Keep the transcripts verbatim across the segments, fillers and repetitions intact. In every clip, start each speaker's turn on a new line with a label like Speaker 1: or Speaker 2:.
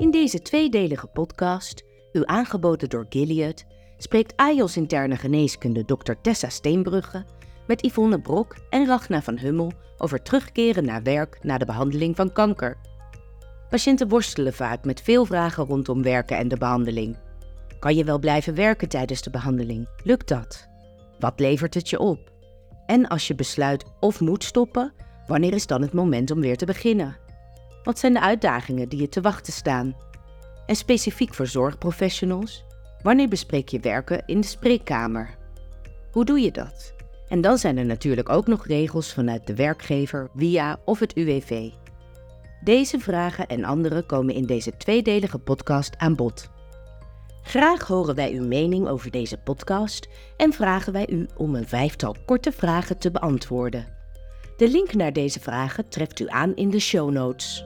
Speaker 1: In deze tweedelige podcast, u aangeboden door Gilead, spreekt A J O S interne geneeskunde dokter Tessa Steenbrugge met Yvonne Brok en Ragna van Hummel over terugkeren naar werk na de behandeling van kanker. Patiënten worstelen vaak met veel vragen rondom werken en de behandeling. Kan je wel blijven werken tijdens de behandeling? Lukt dat? Wat levert het je op? En als je besluit of moet stoppen, wanneer is dan het moment om weer te beginnen? Wat zijn de uitdagingen die je te wachten staan? En specifiek voor zorgprofessionals, wanneer bespreek je werken in de spreekkamer? Hoe doe je dat? En dan zijn er natuurlijk ook nog regels vanuit de werkgever, W I A of het U W V. Deze vragen en andere komen in deze tweedelige podcast aan bod. Graag horen wij uw mening over deze podcast en vragen wij u om een vijftal korte vragen te beantwoorden. De link naar deze vragen treft u aan in de show notes.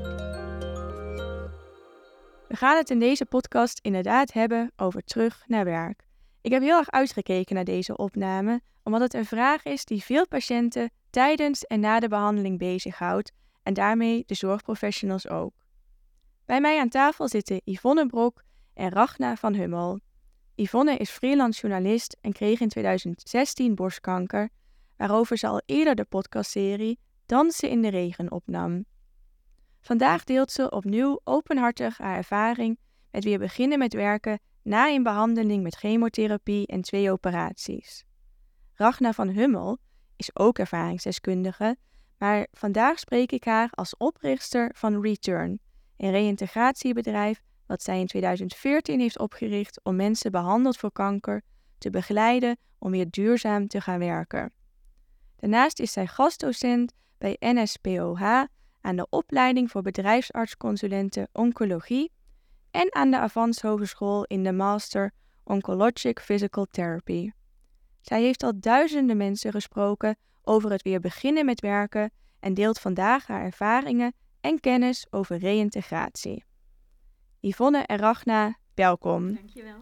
Speaker 2: We gaan het in deze podcast inderdaad hebben over terug naar werk. Ik heb heel erg uitgekeken naar deze opname, omdat het een vraag is die veel patiënten tijdens en na de behandeling bezighoudt en daarmee de zorgprofessionals ook. Bij mij aan tafel zitten Yvonne Brok en Ragna van Hummel. Yvonne is freelance journalist en kreeg in tweeduizend zestien borstkanker, waarover ze al eerder de podcastserie Dansen in de Regen opnam. Vandaag deelt ze opnieuw openhartig haar ervaring met weer beginnen met werken na een behandeling met chemotherapie en twee operaties. Ragna van Hummel is ook ervaringsdeskundige, maar vandaag spreek ik haar als oprichter van Return, een reïntegratiebedrijf dat zij in tweeduizend veertien heeft opgericht om mensen behandeld voor kanker te begeleiden om weer duurzaam te gaan werken. Daarnaast is zij gastdocent bij N S P O H aan de opleiding voor bedrijfsartsconsulenten oncologie en aan de Avans Hogeschool in de Master Oncologic Physical Therapy. Zij heeft al duizenden mensen gesproken over het weer beginnen met werken en deelt vandaag haar ervaringen en kennis over reïntegratie. Yvonne en Ragna, welkom.
Speaker 3: Dankjewel.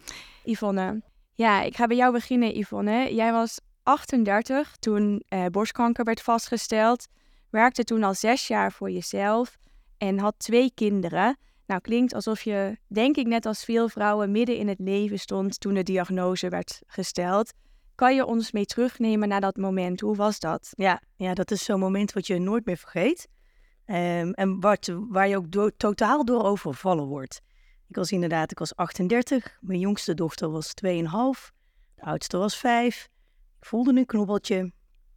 Speaker 2: Yvonne, ja, ik ga bij jou beginnen, Yvonne. Jij was achtendertig toen eh, borstkanker werd vastgesteld, werkte toen al zes jaar voor jezelf en had twee kinderen. Nou, klinkt alsof je, denk ik net als veel vrouwen, midden in het leven stond toen de diagnose werd gesteld. Kan je ons mee terugnemen naar dat moment? Hoe was dat?
Speaker 3: Ja, ja, dat is zo'n moment wat je nooit meer vergeet. Um, en wat, waar je ook door, totaal door overvallen wordt. Ik was inderdaad, ik was achtendertig. Mijn jongste dochter was twee en half. De oudste was vijf. Ik voelde een knobbeltje.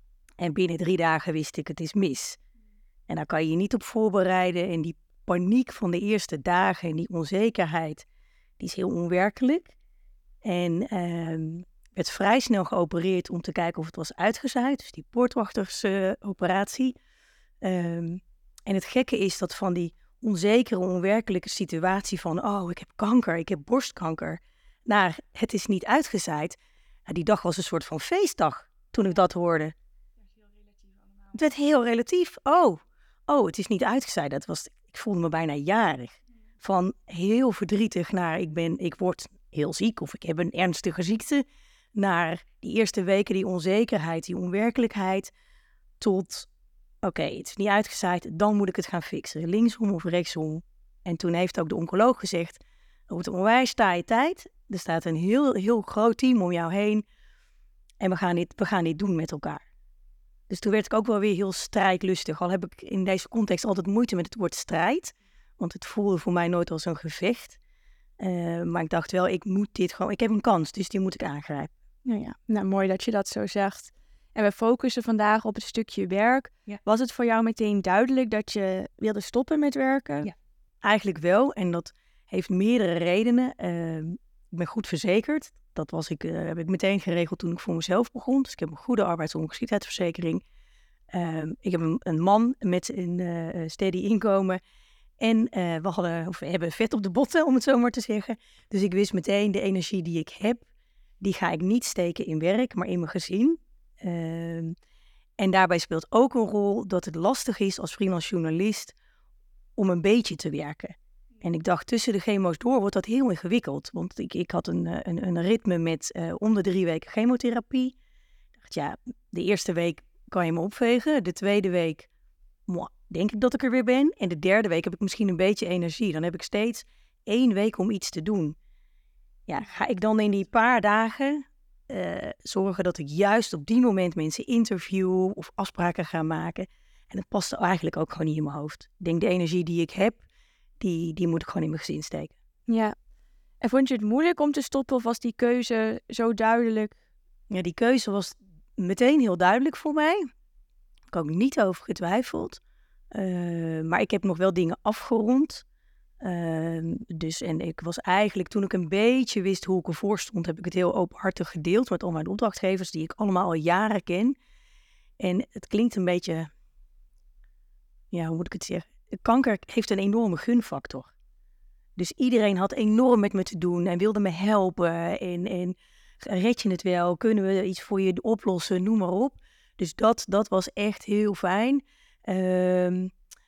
Speaker 3: En binnen drie dagen wist ik, het is mis. En daar kan je je niet op voorbereiden. En die paniek van de eerste dagen en die onzekerheid, die is heel onwerkelijk. En um, werd vrij snel geopereerd om te kijken of het was uitgezaaid. Dus die poortwachtersoperatie. Uh, um, en het gekke is dat van die onzekere, onwerkelijke situatie van, oh, ik heb kanker, ik heb borstkanker, naar het is niet uitgezaaid. Ja, die dag was een soort van feestdag toen ik dat hoorde. Het werd heel relatief. Oh, oh, het is niet uitgezaaid. Dat was, ik voelde me bijna jarig. Van heel verdrietig naar ik ben, ik word heel ziek of ik heb een ernstige ziekte. Naar die eerste weken, die onzekerheid, die onwerkelijkheid. Tot, oké, okay, het is niet uitgezaaid, dan moet ik het gaan fixen. Linksom of rechtsom. En toen heeft ook de oncoloog gezegd, er wordt een onwijs taaie tijd. Er staat een heel, heel groot team om jou heen. En we gaan dit, we gaan dit doen met elkaar. Dus toen werd ik ook wel weer heel strijdlustig. Al heb ik in deze context altijd moeite met het woord strijd. Want het voelde voor mij nooit als een gevecht. Uh, maar ik dacht wel, ik moet dit gewoon, ik heb een kans, dus die moet ik aangrijpen.
Speaker 2: Nou ja, nou mooi dat je dat zo zegt. En we focussen vandaag op het stukje werk. Ja. Was het voor jou meteen duidelijk dat je wilde stoppen met werken?
Speaker 3: Ja, eigenlijk wel. En dat heeft meerdere redenen. Uh, ik ben goed verzekerd. Dat was ik, uh, heb ik meteen geregeld toen ik voor mezelf begon. Dus ik heb een goede arbeidsongeschiktheidsverzekering. Uh, ik heb een, een man met een uh, steady inkomen. En uh, we, hadden, of we hebben vet op de botten, om het zo maar te zeggen. Dus ik wist meteen, de energie die ik heb, die ga ik niet steken in werk, maar in mijn gezin. Uh, en daarbij speelt ook een rol dat het lastig is als freelance journalist om een beetje te werken. En ik dacht, tussen de chemo's door wordt dat heel ingewikkeld. Want ik, ik had een, een, een ritme met uh, om de drie weken chemotherapie. Ik dacht, ja, de eerste week kan je me opvegen. De tweede week, moi, denk ik dat ik er weer ben. En de derde week heb ik misschien een beetje energie. Dan heb ik steeds één week om iets te doen. Ja, ga ik dan in die paar dagen uh, zorgen dat ik juist op die moment mensen interview of afspraken ga maken. En dat past eigenlijk ook gewoon niet in mijn hoofd. Ik denk de energie die ik heb, die, die moet ik gewoon in mijn gezin steken.
Speaker 2: Ja. En vond je het moeilijk om te stoppen of was die keuze zo duidelijk?
Speaker 3: Ja, die keuze was meteen heel duidelijk voor mij. Daar heb ik ook niet over getwijfeld. Uh, maar ik heb nog wel dingen afgerond. Uh, dus, en ik was eigenlijk, toen ik een beetje wist hoe ik ervoor stond, heb ik het heel openhartig gedeeld met al mijn opdrachtgevers, die ik allemaal al jaren ken. En het klinkt een beetje, ja, hoe moet ik het zeggen? Kanker heeft een enorme gunfactor. Dus iedereen had enorm met me te doen en wilde me helpen. En, en red je het wel? Kunnen we iets voor je oplossen? Noem maar op. Dus dat, dat was echt heel fijn. Uh,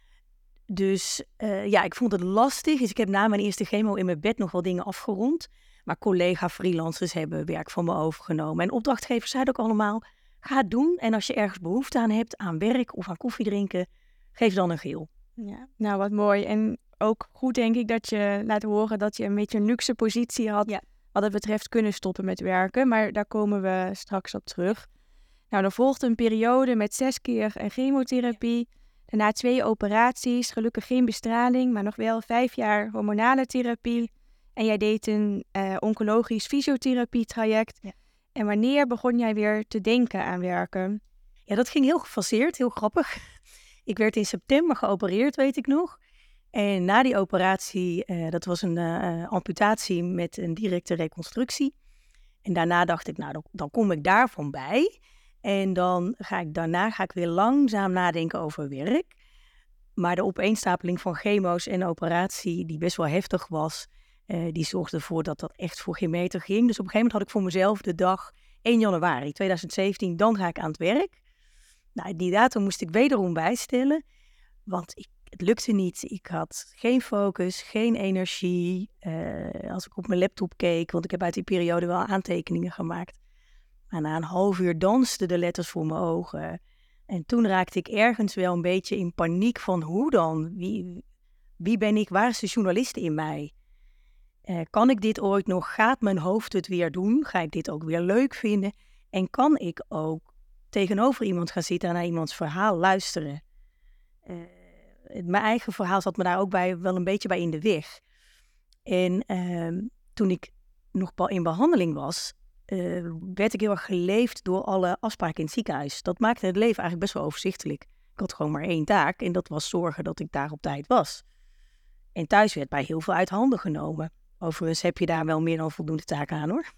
Speaker 3: dus uh, ja, ik vond het lastig. Dus ik heb na mijn eerste chemo in mijn bed nog wel dingen afgerond. Maar collega-freelancers hebben werk van me overgenomen. En opdrachtgevers zeiden ook allemaal, ga het doen. En als je ergens behoefte aan hebt, aan werk of aan koffie drinken, geef dan een geel.
Speaker 2: Ja, nou wat mooi. En ook goed denk ik dat je laat horen dat je een beetje een luxe positie had. Ja. Wat het betreft kunnen stoppen met werken. Maar daar komen we straks op terug. Nou, dan volgt een periode met zes keer een chemotherapie. Daarna twee operaties, gelukkig geen bestraling, maar nog wel vijf jaar hormonale therapie. En jij deed een uh, oncologisch fysiotherapie-traject. Ja. En wanneer begon jij weer te denken aan werken?
Speaker 3: Ja, dat ging heel gefaseerd, heel grappig. Ik werd in september geopereerd, weet ik nog. En na die operatie, uh, dat was een uh, amputatie met een directe reconstructie. En daarna dacht ik, nou, dan, dan kom ik daarvan bij. En dan ga ik daarna ga ik weer langzaam nadenken over werk. Maar de opeenstapeling van chemo's en operatie, die best wel heftig was, uh, die zorgde ervoor dat dat echt voor geen meter ging. Dus op een gegeven moment had ik voor mezelf de dag één januari tweeduizend zeventien, dan ga ik aan het werk. Nou, die datum moest ik wederom bijstellen, want ik, het lukte niet. Ik had geen focus, geen energie. Uh, als ik op mijn laptop keek, want ik heb uit die periode wel aantekeningen gemaakt. Maar na een half uur dansten de letters voor mijn ogen. En toen raakte ik ergens wel een beetje in paniek van hoe dan? Wie, wie ben ik? Waar is de journalist in mij? Uh, kan ik dit ooit nog? Gaat mijn hoofd het weer doen? Ga ik dit ook weer leuk vinden? En kan ik ook tegenover iemand gaan zitten en naar iemands verhaal luisteren? Uh, mijn eigen verhaal zat me daar ook bij, wel een beetje bij in de weg. En uh, toen ik nog in behandeling was, Uh, werd ik heel erg geleefd door alle afspraken in het ziekenhuis. Dat maakte het leven eigenlijk best wel overzichtelijk. Ik had gewoon maar één taak en dat was zorgen dat ik daar op tijd was. En thuis werd mij heel veel uit handen genomen. Overigens heb je daar wel meer dan voldoende taken aan, hoor.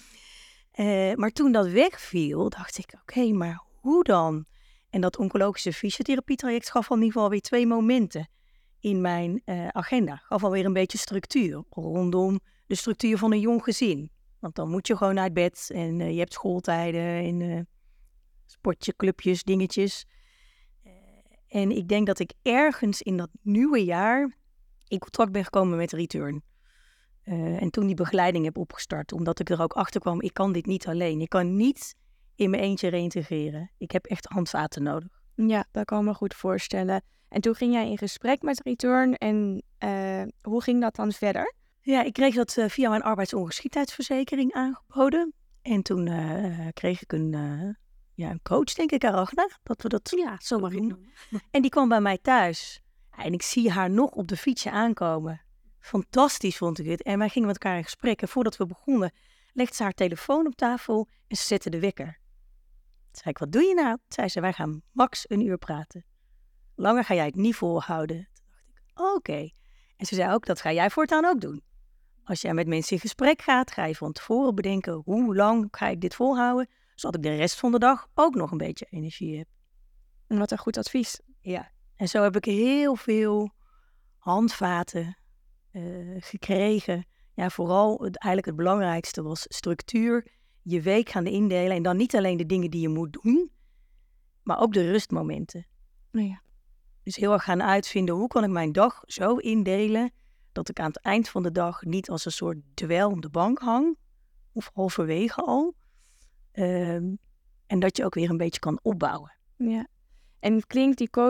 Speaker 3: uh, maar toen dat wegviel, dacht ik, oké, okay, maar hoe dan? En dat oncologische fysiotherapie-traject gaf al in ieder geval weer twee momenten in mijn uh, agenda. Gaf alweer een beetje structuur rondom de structuur van een jong gezin. Want dan moet je gewoon uit bed en uh, je hebt schooltijden en uh, sportje, clubjes, dingetjes. Uh, en ik denk dat ik ergens in dat nieuwe jaar in contact ben gekomen met Return. Uh, en toen die begeleiding heb opgestart, omdat ik er ook achter kwam, ik kan dit niet alleen. Ik kan niet in mijn eentje reintegreren. Ik heb echt handvaten nodig.
Speaker 2: Ja, dat kan ik me goed voorstellen. En toen ging jij in gesprek met Return en uh, hoe ging dat dan verder?
Speaker 3: Ja, ik kreeg dat uh, via mijn arbeidsongeschiktheidsverzekering aangeboden. En toen uh, kreeg ik een, uh, ja, een coach, denk ik, Arachna. Dat we dat
Speaker 1: ja, zo mag ik noemen.
Speaker 3: En die kwam bij mij thuis. En ik zie haar nog op de fietsje aankomen. Fantastisch vond ik het. En wij gingen met elkaar in gesprek. En voordat we begonnen, legde ze haar telefoon op tafel en ze zette de wekker. Toen zei ik, wat doe je nou? Toen zei ze, wij gaan max een uur praten. Langer ga jij het niet volhouden. Toen dacht ik, oké. Okay. En ze zei ook, dat ga jij voortaan ook doen. Als jij met mensen in gesprek gaat, ga je van tevoren bedenken, hoe lang ga ik dit volhouden, zodat ik de rest van de dag ook nog een beetje energie heb.
Speaker 2: En wat een goed advies.
Speaker 3: Ja, en zo heb ik heel veel handvaten uh, gekregen. Ja, vooral het, eigenlijk het belangrijkste was structuur, je week gaan indelen en dan niet alleen de dingen die je moet doen, maar ook de rustmomenten.
Speaker 2: Ja.
Speaker 3: Dus heel erg gaan uitvinden, hoe kan ik mijn dag zo indelen dat ik aan het eind van de dag niet als een soort dwel op de bank hang, of halverwege al. Um, en dat je ook weer een beetje kan opbouwen.
Speaker 2: Ja. En klinkt die coach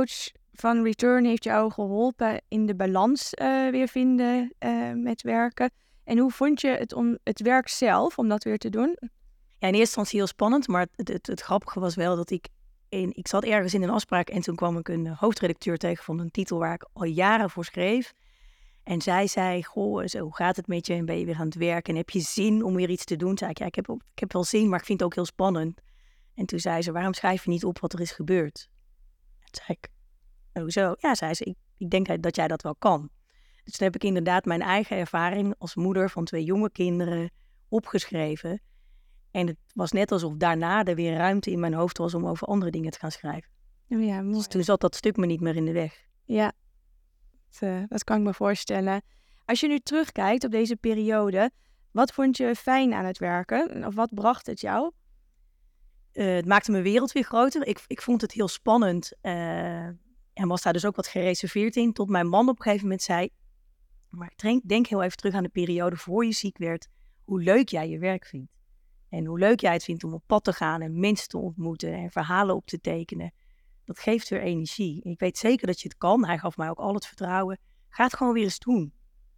Speaker 2: van Return heeft jou geholpen in de balans uh, weer vinden uh, met werken. En hoe vond je het om het werk zelf, om dat weer te doen?
Speaker 3: Ja, in eerste instantie heel spannend, maar het, het, het grappige was wel dat ik... In, ik zat ergens in een afspraak en toen kwam ik een hoofdredacteur tegen van een titel waar ik al jaren voor schreef. En zij zei, goh, zo, hoe gaat het met je? En ben je weer aan het werken? En heb je zin om weer iets te doen? Toen zei ik, ja, ik heb, ik heb wel zin, maar ik vind het ook heel spannend. En toen zei ze, waarom schrijf je niet op wat er is gebeurd? En toen zei ik, hoezo? Ja, zei ze, ik, ik denk dat jij dat wel kan. Dus toen heb ik inderdaad mijn eigen ervaring als moeder van twee jonge kinderen opgeschreven. En het was net alsof daarna er weer ruimte in mijn hoofd was om over andere dingen te gaan schrijven.
Speaker 2: Oh ja, mooi.
Speaker 3: Dus toen zat dat stuk me niet meer in de weg.
Speaker 2: Ja, dat, uh, dat kan ik me voorstellen. Als je nu terugkijkt op deze periode, wat vond je fijn aan het werken? Of wat bracht het jou?
Speaker 3: Uh, het maakte mijn wereld weer groter. Ik, ik vond het heel spannend. Uh, en was daar dus ook wat gereserveerd in. Tot mijn man op een gegeven moment zei... Maar denk, denk heel even terug aan de periode voor je ziek werd. Hoe leuk jij je werk vindt. En hoe leuk jij het vindt om op pad te gaan en mensen te ontmoeten en verhalen op te tekenen. Dat geeft weer energie. Ik weet zeker dat je het kan. Hij gaf mij ook al het vertrouwen. Ga het gewoon weer eens doen.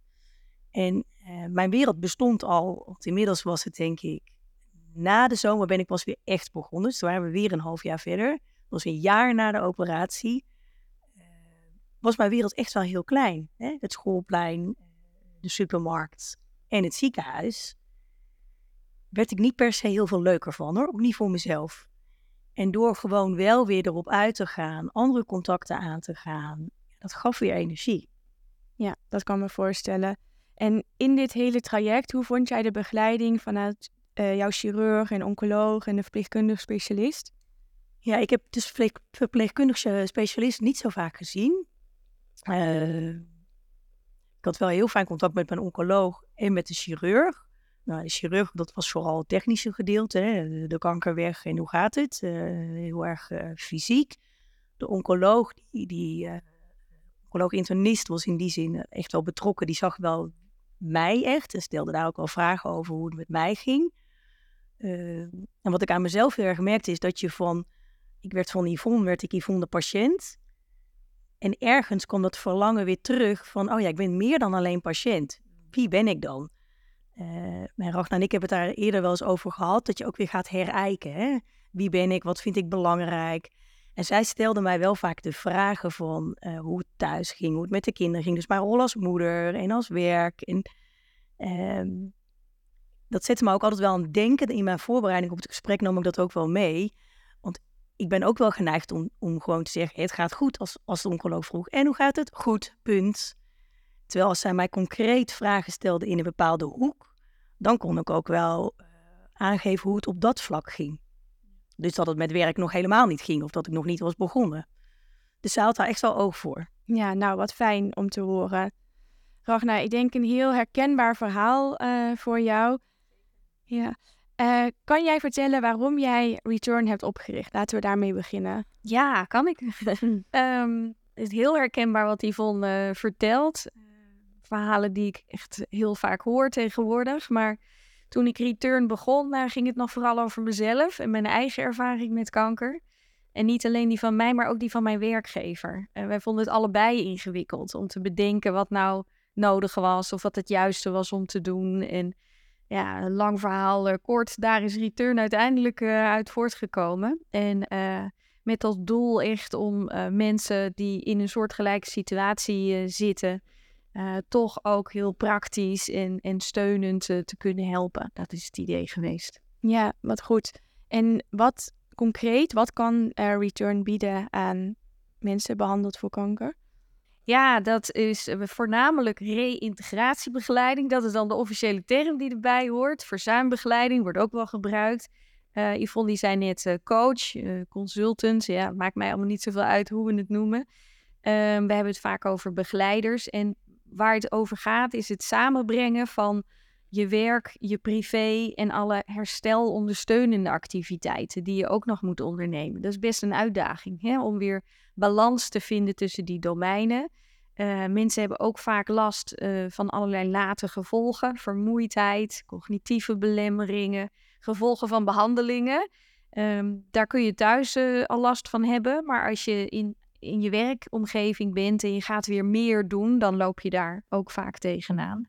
Speaker 3: En uh, mijn wereld bestond al, want inmiddels was het denk ik... Na de zomer ben ik pas weer echt begonnen. Dus toen waren we weer een half jaar verder. Dat was een jaar na de operatie. Uh, was mijn wereld echt wel heel klein. Hè? Het schoolplein, de supermarkt en het ziekenhuis. Werd ik niet per se heel veel leuker van, hoor. Ook niet voor mezelf. En door gewoon wel weer erop uit te gaan, andere contacten aan te gaan, dat gaf weer energie.
Speaker 2: Ja, dat kan me voorstellen. En in dit hele traject, hoe vond jij de begeleiding vanuit uh, jouw chirurg en oncoloog en de verpleegkundig specialist?
Speaker 3: Ja, ik heb dus verpleeg, verpleegkundige specialist niet zo vaak gezien. Uh, ik had wel heel fijn contact met mijn oncoloog en met de chirurg. Nou, de chirurg, dat was vooral het technische gedeelte, hè? De kanker weg en hoe gaat het? Uh, heel erg uh, fysiek. De oncoloog, die, die uh, oncoloog-internist was in die zin echt wel betrokken. Die zag wel mij echt en stelde daar ook wel vragen over hoe het met mij ging. Uh, en wat ik aan mezelf heel erg merkte is dat je van... Ik werd van Yvonne, werd ik Yvonne de patiënt. En ergens kwam dat verlangen weer terug van... Oh ja, ik ben meer dan alleen patiënt. Wie ben ik dan? Uh, mijn Ragna en ik hebben het daar eerder wel eens over gehad, dat je ook weer gaat herijken. Hè? Wie ben ik? Wat vind ik belangrijk? En zij stelde mij wel vaak de vragen van uh, hoe het thuis ging, hoe het met de kinderen ging. Dus mijn rol als moeder en als werk. En, uh, dat zette me ook altijd wel aan het denken. In mijn voorbereiding op het gesprek nam ik dat ook wel mee. Want ik ben ook wel geneigd om, om gewoon te zeggen, het gaat goed, als, als de oncoloog vroeg. En hoe gaat het? Goed, punt. Terwijl als zij mij concreet vragen stelde in een bepaalde hoek, dan kon ik ook wel uh, aangeven hoe het op dat vlak ging. Dus dat het met werk nog helemaal niet ging of dat ik nog niet was begonnen. Dus zij had daar echt wel oog voor.
Speaker 2: Ja, nou wat fijn om te horen. Ragna, ik denk een heel herkenbaar verhaal uh, voor jou. Ja. Uh, kan jij vertellen waarom jij Return hebt opgericht? Laten we daarmee beginnen.
Speaker 4: Ja, kan ik. um, het is heel herkenbaar wat Yvonne uh, vertelt. Verhalen die ik echt heel vaak hoor tegenwoordig. Maar toen ik Return begon, nou, ging het nog vooral over mezelf en mijn eigen ervaring met kanker. En niet alleen die van mij, maar ook die van mijn werkgever. En wij vonden het allebei ingewikkeld om te bedenken wat nou nodig was of wat het juiste was om te doen. En ja, een lang verhaal uh, kort, daar is Return uiteindelijk uh, uit voortgekomen. En uh, met als doel echt om uh, mensen die in een soortgelijke situatie uh, zitten, Uh, toch ook heel praktisch en, en steunend uh, te kunnen helpen. Dat is het idee geweest.
Speaker 2: Ja, wat goed. En wat concreet, wat kan uh, Return bieden aan mensen behandeld voor kanker?
Speaker 4: Ja, dat is uh, voornamelijk reïntegratiebegeleiding. Dat is dan de officiële term die erbij hoort. Verzuimbegeleiding wordt ook wel gebruikt. Uh, Yvonne die zei net uh, coach, uh, consultant. Ja, maakt mij allemaal niet zoveel uit hoe we het noemen. Uh, we hebben het vaak over begeleiders. En waar het over gaat is het samenbrengen van je werk, je privé en alle herstelondersteunende activiteiten die je ook nog moet ondernemen. Dat is best een uitdaging, hè? Om weer balans te vinden tussen die domeinen. Uh, mensen hebben ook vaak last uh, van allerlei late gevolgen, vermoeidheid, cognitieve belemmeringen, gevolgen van behandelingen. Um, daar kun je thuis uh, al last van hebben, maar als je in in je werkomgeving bent en je gaat weer meer doen, dan loop je daar ook vaak tegenaan.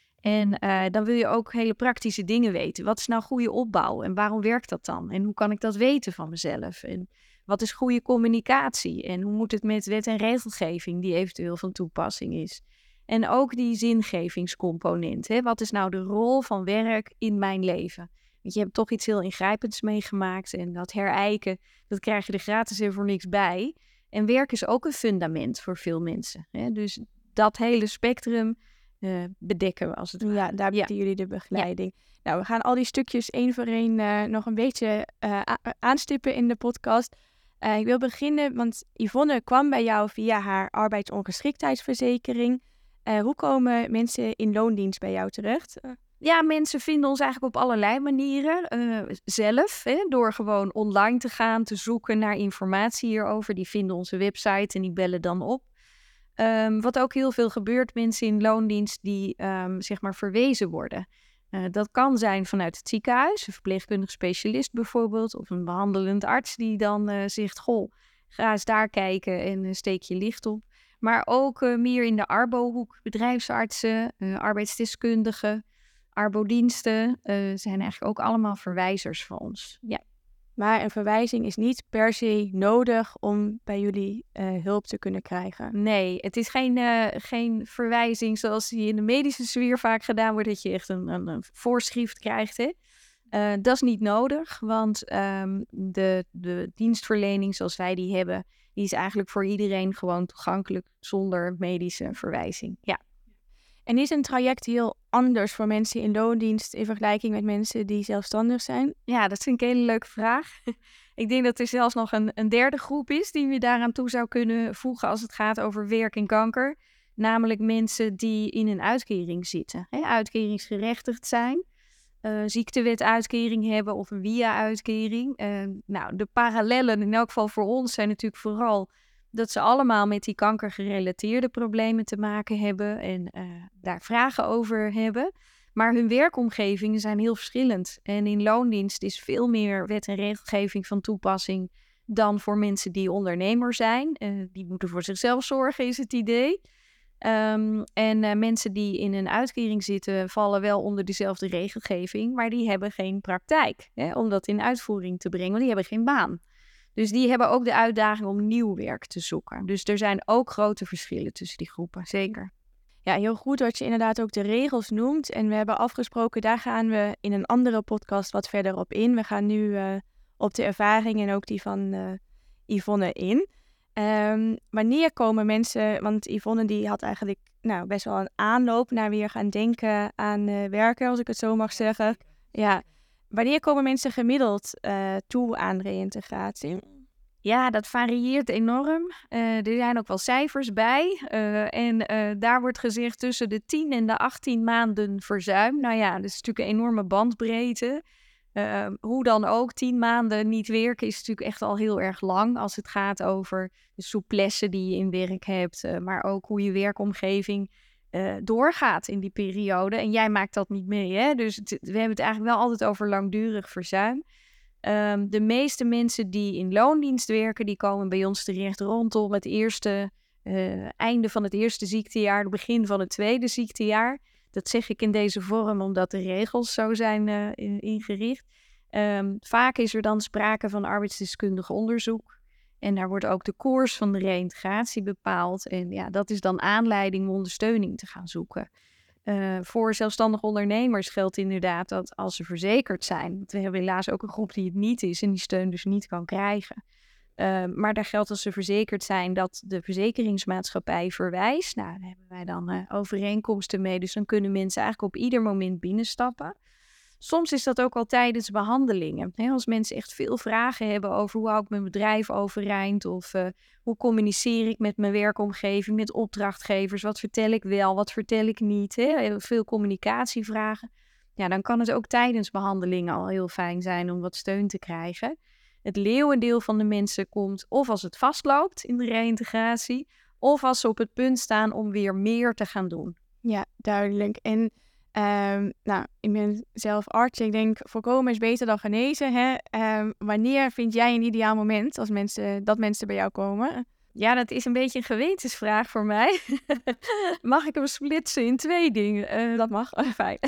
Speaker 4: En uh, dan wil je ook hele praktische dingen weten. Wat is nou goede opbouw en waarom werkt dat dan? En hoe kan ik dat weten van mezelf? En wat is goede communicatie? En hoe moet het met wet en regelgeving die eventueel van toepassing is? En ook die zingevingscomponent. Hè? Wat is nou de rol van werk in mijn leven? Want je hebt toch iets heel ingrijpends meegemaakt. En dat herijken, dat krijg je er gratis en voor niks bij. En werk is ook een fundament voor veel mensen. Hè? Dus dat hele spectrum uh, bedekken we als het ware.
Speaker 2: Ja, daar bieden ja. jullie de begeleiding. Ja. Nou, we gaan al die stukjes één voor één uh, nog een beetje uh, a- aanstippen in de podcast. Uh, ik wil beginnen, want Yvonne kwam bij jou via haar arbeidsongeschiktheidsverzekering. Uh, hoe komen mensen in loondienst bij jou terecht? Uh.
Speaker 4: Ja, mensen vinden ons eigenlijk op allerlei manieren. Uh, zelf, hè, door gewoon online te gaan, te zoeken naar informatie hierover. Die vinden onze website en die bellen dan op. Um, wat ook heel veel gebeurt, mensen in loondienst die um, zeg maar verwezen worden. Uh, dat kan zijn vanuit het ziekenhuis, een verpleegkundig specialist bijvoorbeeld, of een behandelend arts die dan uh, zegt, goh, ga eens daar kijken en uh, steek je licht op. Maar ook uh, meer in de arbo-hoek, bedrijfsartsen, uh, arbeidsdeskundigen, arbodiensten, uh, zijn eigenlijk ook allemaal verwijzers voor ons. Ja.
Speaker 2: Maar een verwijzing is niet per se nodig om bij jullie uh, hulp te kunnen krijgen.
Speaker 4: Nee, het is geen, uh, geen verwijzing zoals die in de medische sfeer vaak gedaan wordt, dat je echt een, een, een voorschrift krijgt. Hè? Uh, dat is niet nodig, want um, de, de dienstverlening zoals wij die hebben, die is eigenlijk voor iedereen gewoon toegankelijk zonder medische verwijzing. Ja.
Speaker 2: En is een traject heel anders voor mensen in loondienst in vergelijking met mensen die zelfstandig zijn?
Speaker 4: Ja, dat vind ik een hele leuke vraag. Ik denk dat er zelfs nog een, een derde groep is die we daaraan toe zou kunnen voegen als het gaat over werk en kanker. Namelijk mensen die in een uitkering zitten, hè, uitkeringsgerechtigd zijn, uh, ziektewetuitkering hebben of een W I A-uitkering. Uh, nou, de parallellen in elk geval voor ons zijn natuurlijk vooral dat ze allemaal met die kankergerelateerde problemen te maken hebben en uh, daar vragen over hebben. Maar hun werkomgevingen zijn heel verschillend. En in loondienst is veel meer wet en regelgeving van toepassing dan voor mensen die ondernemer zijn. Uh, die moeten voor zichzelf zorgen, is het idee. Um, en uh, mensen die in een uitkering zitten vallen wel onder dezelfde regelgeving, maar die hebben geen praktijk, hè, om dat in uitvoering te brengen, want die hebben geen baan. Dus die hebben ook de uitdaging om nieuw werk te zoeken. Dus er zijn ook grote verschillen tussen die groepen, zeker.
Speaker 2: Ja, heel goed dat je inderdaad ook de regels noemt. En we hebben afgesproken, daar gaan we in een andere podcast wat verder op in. We gaan nu uh, op de ervaring en ook die van uh, Yvonne in. Um, wanneer komen mensen, want Yvonne die had eigenlijk nou, best wel een aanloop naar weer gaan denken aan uh, werken, als ik het zo mag zeggen. Ja. Wanneer komen mensen gemiddeld uh, toe aan reïntegratie?
Speaker 4: Ja, dat varieert enorm. Uh, er zijn ook wel cijfers bij. Uh, en uh, daar wordt gezegd tussen de tien en de achttien maanden verzuim. Nou ja, dat is natuurlijk een enorme bandbreedte. Uh, hoe dan ook, tien maanden niet werken is natuurlijk echt al heel erg lang. Als het gaat over de souplesse die je in werk hebt. Uh, maar ook hoe je werkomgeving Uh, doorgaat in die periode. En jij maakt dat niet mee, hè? Dus het, we hebben het eigenlijk wel altijd over langdurig verzuim. Um, de meeste mensen die in loondienst werken, die komen bij ons terecht rondom het eerste uh, einde van het eerste ziektejaar, het begin van het tweede ziektejaar. Dat zeg ik in deze vorm omdat de regels zo zijn uh, ingericht. Um, vaak is er dan sprake van arbeidsdeskundig onderzoek. En daar wordt ook de koers van de reïntegratie bepaald. En ja, dat is dan aanleiding om ondersteuning te gaan zoeken. Uh, voor zelfstandig ondernemers geldt inderdaad dat als ze verzekerd zijn. Want we hebben helaas ook een groep die het niet is en die steun dus niet kan krijgen. Uh, maar daar geldt als ze verzekerd zijn dat de verzekeringsmaatschappij verwijst. Nou, daar hebben wij dan uh, overeenkomsten mee. Dus dan kunnen mensen eigenlijk op ieder moment binnenstappen. Soms is dat ook al tijdens behandelingen. He, als mensen echt veel vragen hebben over hoe hou ik mijn bedrijf overeind of uh, hoe communiceer ik met mijn werkomgeving, met opdrachtgevers, wat vertel ik wel, wat vertel ik niet. He, veel communicatievragen. Ja, dan kan het ook tijdens behandelingen al heel fijn zijn om wat steun te krijgen. Het leeuwendeel van de mensen komt of als het vastloopt in de reïntegratie, of als ze op het punt staan om weer meer te gaan doen.
Speaker 2: Ja, duidelijk. En Um, nou, ik ben zelf arts. Ik denk, voorkomen is beter dan genezen. Hè? Um, wanneer vind jij een ideaal moment als mensen, dat mensen bij jou komen?
Speaker 4: ja, dat is een beetje een gewetensvraag voor mij. Mag ik hem splitsen in twee dingen? Uh, dat mag, oh, fijn.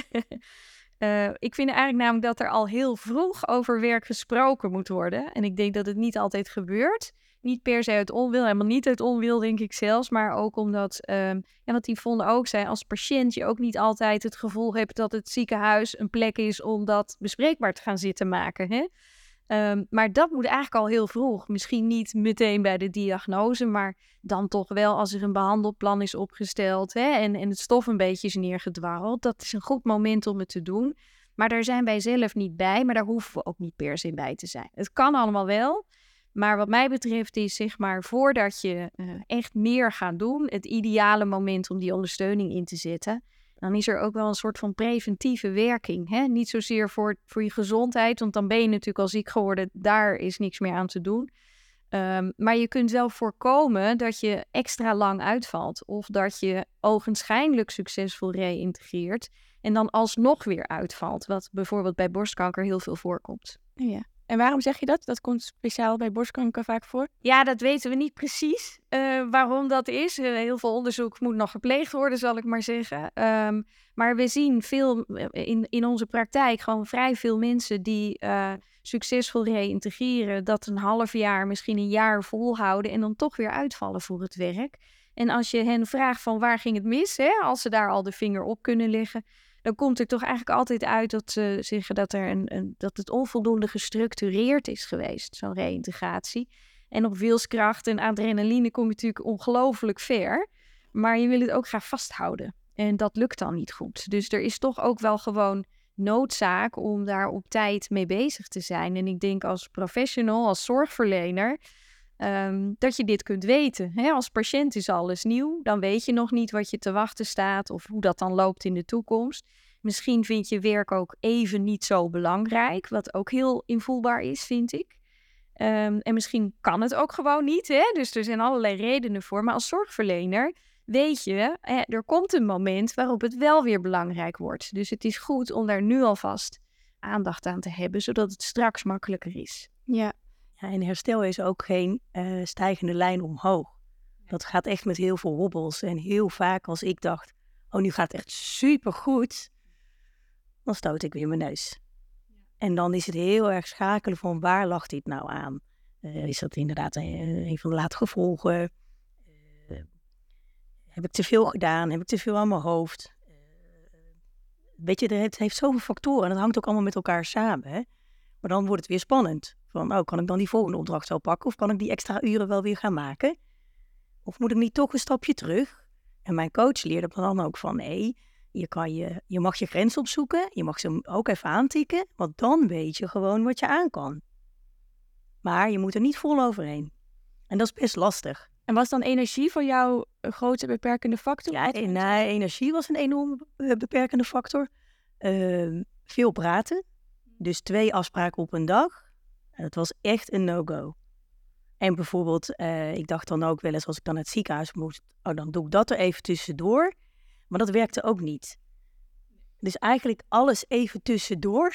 Speaker 4: uh, ik vind eigenlijk namelijk dat er al heel vroeg over werk gesproken moet worden. En ik denk dat het niet altijd gebeurt. Niet per se uit onwil, helemaal niet uit onwil denk ik zelfs. Maar ook omdat, uh, ja, wat Yvonne ook zei, als patiënt je ook niet altijd het gevoel hebt dat het ziekenhuis een plek is om dat bespreekbaar te gaan zitten maken, hè? Um, maar dat moet eigenlijk al heel vroeg. Misschien niet meteen bij de diagnose, maar dan toch wel als er een behandelplan is opgesteld, hè, en, en het stof een beetje is neergedwarreld. Dat is een goed moment om het te doen. Maar daar zijn wij zelf niet bij, maar daar hoeven we ook niet per se bij te zijn. Het kan allemaal wel, maar wat mij betreft is zeg maar voordat je uh, echt meer gaat doen, het ideale moment om die ondersteuning in te zetten. Dan is er ook wel een soort van preventieve werking. Hè? Niet zozeer voor, voor je gezondheid, want dan ben je natuurlijk al ziek geworden. Daar is niks meer aan te doen. Um, maar je kunt wel voorkomen dat je extra lang uitvalt. Of dat je ogenschijnlijk succesvol reïntegreert en dan alsnog weer uitvalt. Wat bijvoorbeeld bij borstkanker heel veel voorkomt.
Speaker 2: Ja. En waarom zeg je dat? Dat komt speciaal bij borstkanker vaak voor?
Speaker 4: Ja, dat weten we niet precies uh, waarom dat is. Uh, heel veel onderzoek moet nog gepleegd worden, zal ik maar zeggen. Um, maar we zien veel in, in onze praktijk gewoon vrij veel mensen die uh, succesvol reïntegreren, dat een half jaar, misschien een jaar volhouden en dan toch weer uitvallen voor het werk. En als je hen vraagt van waar ging het mis, hè, als ze daar al de vinger op kunnen leggen, dan komt er toch eigenlijk altijd uit dat ze zeggen dat, er een, een, dat het onvoldoende gestructureerd is geweest, zo'n reïntegratie. En op wilskracht en adrenaline kom je natuurlijk ongelooflijk ver, maar je wil het ook graag vasthouden. En dat lukt dan niet goed. Dus er is toch ook wel gewoon noodzaak om daar op tijd mee bezig te zijn. En ik denk als professional, als zorgverlener, um, dat je dit kunt weten. Hè? Als patiënt is alles nieuw. Dan weet je nog niet wat je te wachten staat of hoe dat dan loopt in de toekomst. Misschien vind je werk ook even niet zo belangrijk, wat ook heel invoelbaar is, vind ik. Um, en misschien kan het ook gewoon niet. Hè? Dus er zijn allerlei redenen voor. Maar als zorgverlener weet je, hè, er komt een moment waarop het wel weer belangrijk wordt. Dus het is goed om daar nu alvast aandacht aan te hebben, zodat het straks makkelijker is.
Speaker 2: Ja.
Speaker 3: Ja, en herstel is ook geen uh, stijgende lijn omhoog. Dat gaat echt met heel veel hobbels. En heel vaak als ik dacht, oh, nu gaat het echt supergoed, dan stoot ik weer mijn neus. Ja. En dan is het heel erg schakelen van waar lag dit nou aan? Uh, is dat inderdaad een, een van de late gevolgen? Uh, heb ik te veel gedaan? Heb ik te veel aan mijn hoofd? Uh, weet je, het heeft zoveel factoren en dat hangt ook allemaal met elkaar samen. Hè? Maar dan wordt het weer spannend. Van, oh, kan ik dan die volgende opdracht wel pakken? Of kan ik die extra uren wel weer gaan maken? Of moet ik niet toch een stapje terug? En mijn coach leerde dan ook van, nee, je, kan je, je mag je grens opzoeken. Je mag ze ook even aantikken. Want dan weet je gewoon wat je aan kan. Maar je moet er niet vol overheen. En dat is best lastig.
Speaker 2: En was dan energie voor jou een grote beperkende factor?
Speaker 3: Ja, en, nou, energie was een enorm beperkende factor. Uh, veel praten. Dus twee afspraken op een dag. Dat was echt een no-go. En bijvoorbeeld, uh, ik dacht dan ook wel eens als ik dan naar het ziekenhuis moest, oh, dan doe ik dat er even tussendoor. Maar dat werkte ook niet. Dus eigenlijk alles even tussendoor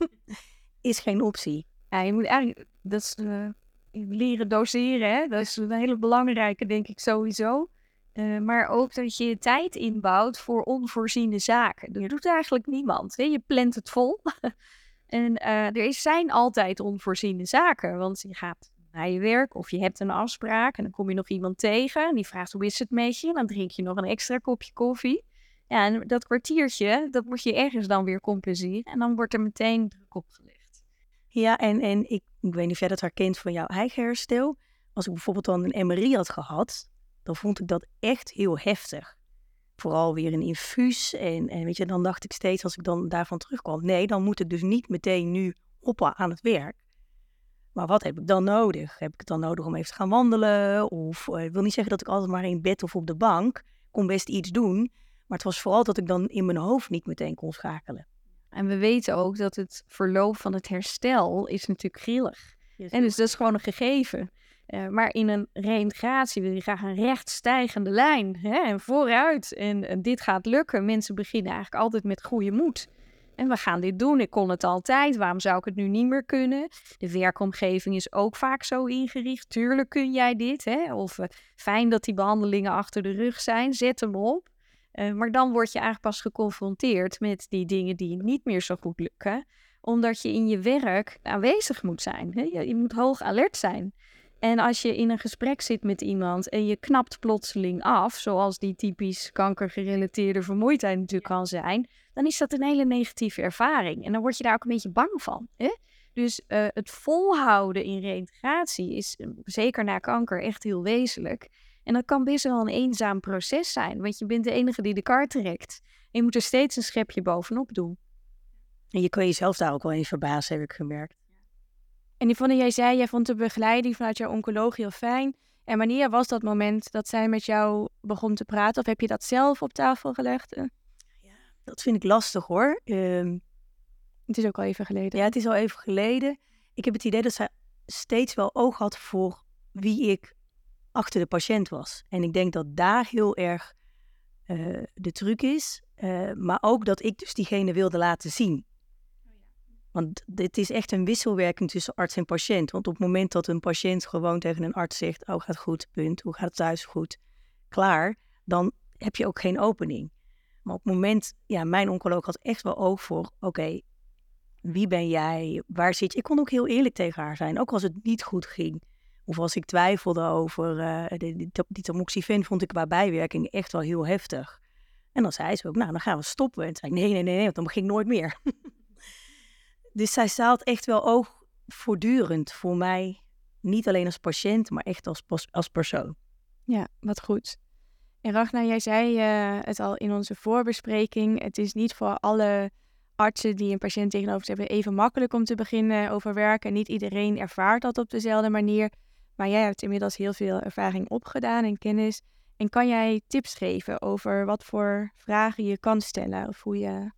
Speaker 3: is geen optie.
Speaker 4: Ja, je moet eigenlijk, dat is uh, leren doseren, hè? Dat is een hele belangrijke, denk ik sowieso. Uh, maar ook dat je tijd inbouwt voor onvoorziene zaken. Dat doet eigenlijk niemand. Hè? Je plant het vol. En uh, er is, zijn altijd onvoorziene zaken, want je gaat naar je werk of je hebt een afspraak en dan kom je nog iemand tegen en die vraagt hoe is het met je? En dan drink je nog een extra kopje koffie. Ja, en dat kwartiertje, dat moet je ergens dan weer compenseren en dan wordt er meteen druk op gelegd.
Speaker 3: Ja, en, en ik, ik weet niet of jij dat herkent van jouw eigen herstel. Als ik bijvoorbeeld dan een M R I had gehad, dan vond ik dat echt heel heftig. Vooral weer een infuus. En, en weet je, dan dacht ik steeds als ik dan daarvan terugkwam, nee, dan moet ik dus niet meteen nu op aan het werk. Maar wat heb ik dan nodig? Heb ik het dan nodig om even te gaan wandelen? Of uh, ik wil niet zeggen dat ik altijd maar in bed of op de bank kon best iets doen. Maar het was vooral dat ik dan in mijn hoofd niet meteen kon schakelen.
Speaker 4: En we weten ook dat het verloop van het herstel is natuurlijk grillig. Yes, en dus dat is gewoon een gegeven. Uh, maar in een reïntegratie wil je graag een rechtstijgende lijn. Hè? En vooruit. En, en dit gaat lukken. Mensen beginnen eigenlijk altijd met goede moed. En we gaan dit doen. Ik kon het altijd. Waarom zou ik het nu niet meer kunnen? De werkomgeving is ook vaak zo ingericht. Tuurlijk kun jij dit. Hè? Of uh, fijn dat die behandelingen achter de rug zijn. Zet hem op. Uh, maar dan word je eigenlijk pas geconfronteerd met die dingen die niet meer zo goed lukken. Omdat je in je werk aanwezig moet zijn. Hè? Je, je moet hoog alert zijn. En als je in een gesprek zit met iemand en je knapt plotseling af, zoals die typisch kankergerelateerde vermoeidheid natuurlijk kan zijn, dan is dat een hele negatieve ervaring. En dan word je daar ook een beetje bang van. Hè? Dus uh, het volhouden in reïntegratie is, uh, zeker na kanker, echt heel wezenlijk. En dat kan best wel een eenzaam proces zijn, want je bent de enige die de kar trekt. En je moet er steeds een schepje bovenop doen.
Speaker 3: En je kan jezelf daar ook wel in verbazen, heb ik gemerkt.
Speaker 2: En Yvonne, jij zei, jij vond de begeleiding vanuit jouw oncoloog heel fijn. En wanneer was dat moment dat zij met jou begon te praten? Of heb je dat zelf op tafel gelegd?
Speaker 3: Ja, dat vind ik lastig hoor. Um,
Speaker 2: het is ook al even geleden.
Speaker 3: Ja, het is al even geleden. Ik heb het idee dat zij steeds wel oog had voor wie ik achter de patiënt was. En ik denk dat daar heel erg uh, de truc is. Uh, maar ook dat ik dus diegene wilde laten zien. Want het is echt een wisselwerking tussen arts en patiënt. Want op het moment dat een patiënt gewoon tegen een arts zegt, oh, gaat goed, punt, hoe gaat het thuis, goed, klaar, dan heb je ook geen opening. Maar op het moment, ja, mijn oncoloog had echt wel oog voor, oké, okay, wie ben jij, waar zit je? Ik kon ook heel eerlijk tegen haar zijn, ook als het niet goed ging. Of als ik twijfelde over, uh, die, die, die tamoxifen vond ik qua bijwerking echt wel heel heftig. En dan zei ze ook, nou, dan gaan we stoppen. En toen zei ik, nee, nee, nee, nee, want dan begin ik nooit meer. Dus zij staat echt wel oog voortdurend voor mij. Niet alleen als patiënt, maar echt als, als persoon.
Speaker 2: Ja, wat goed. En Ragna, jij zei uh, het al in onze voorbespreking. Het is niet voor alle artsen die een patiënt tegenover zich hebben even makkelijk om te beginnen over werken. Niet iedereen ervaart dat op dezelfde manier. Maar jij hebt inmiddels heel veel ervaring opgedaan en kennis. En kan jij tips geven over wat voor vragen je kan stellen? Of hoe je...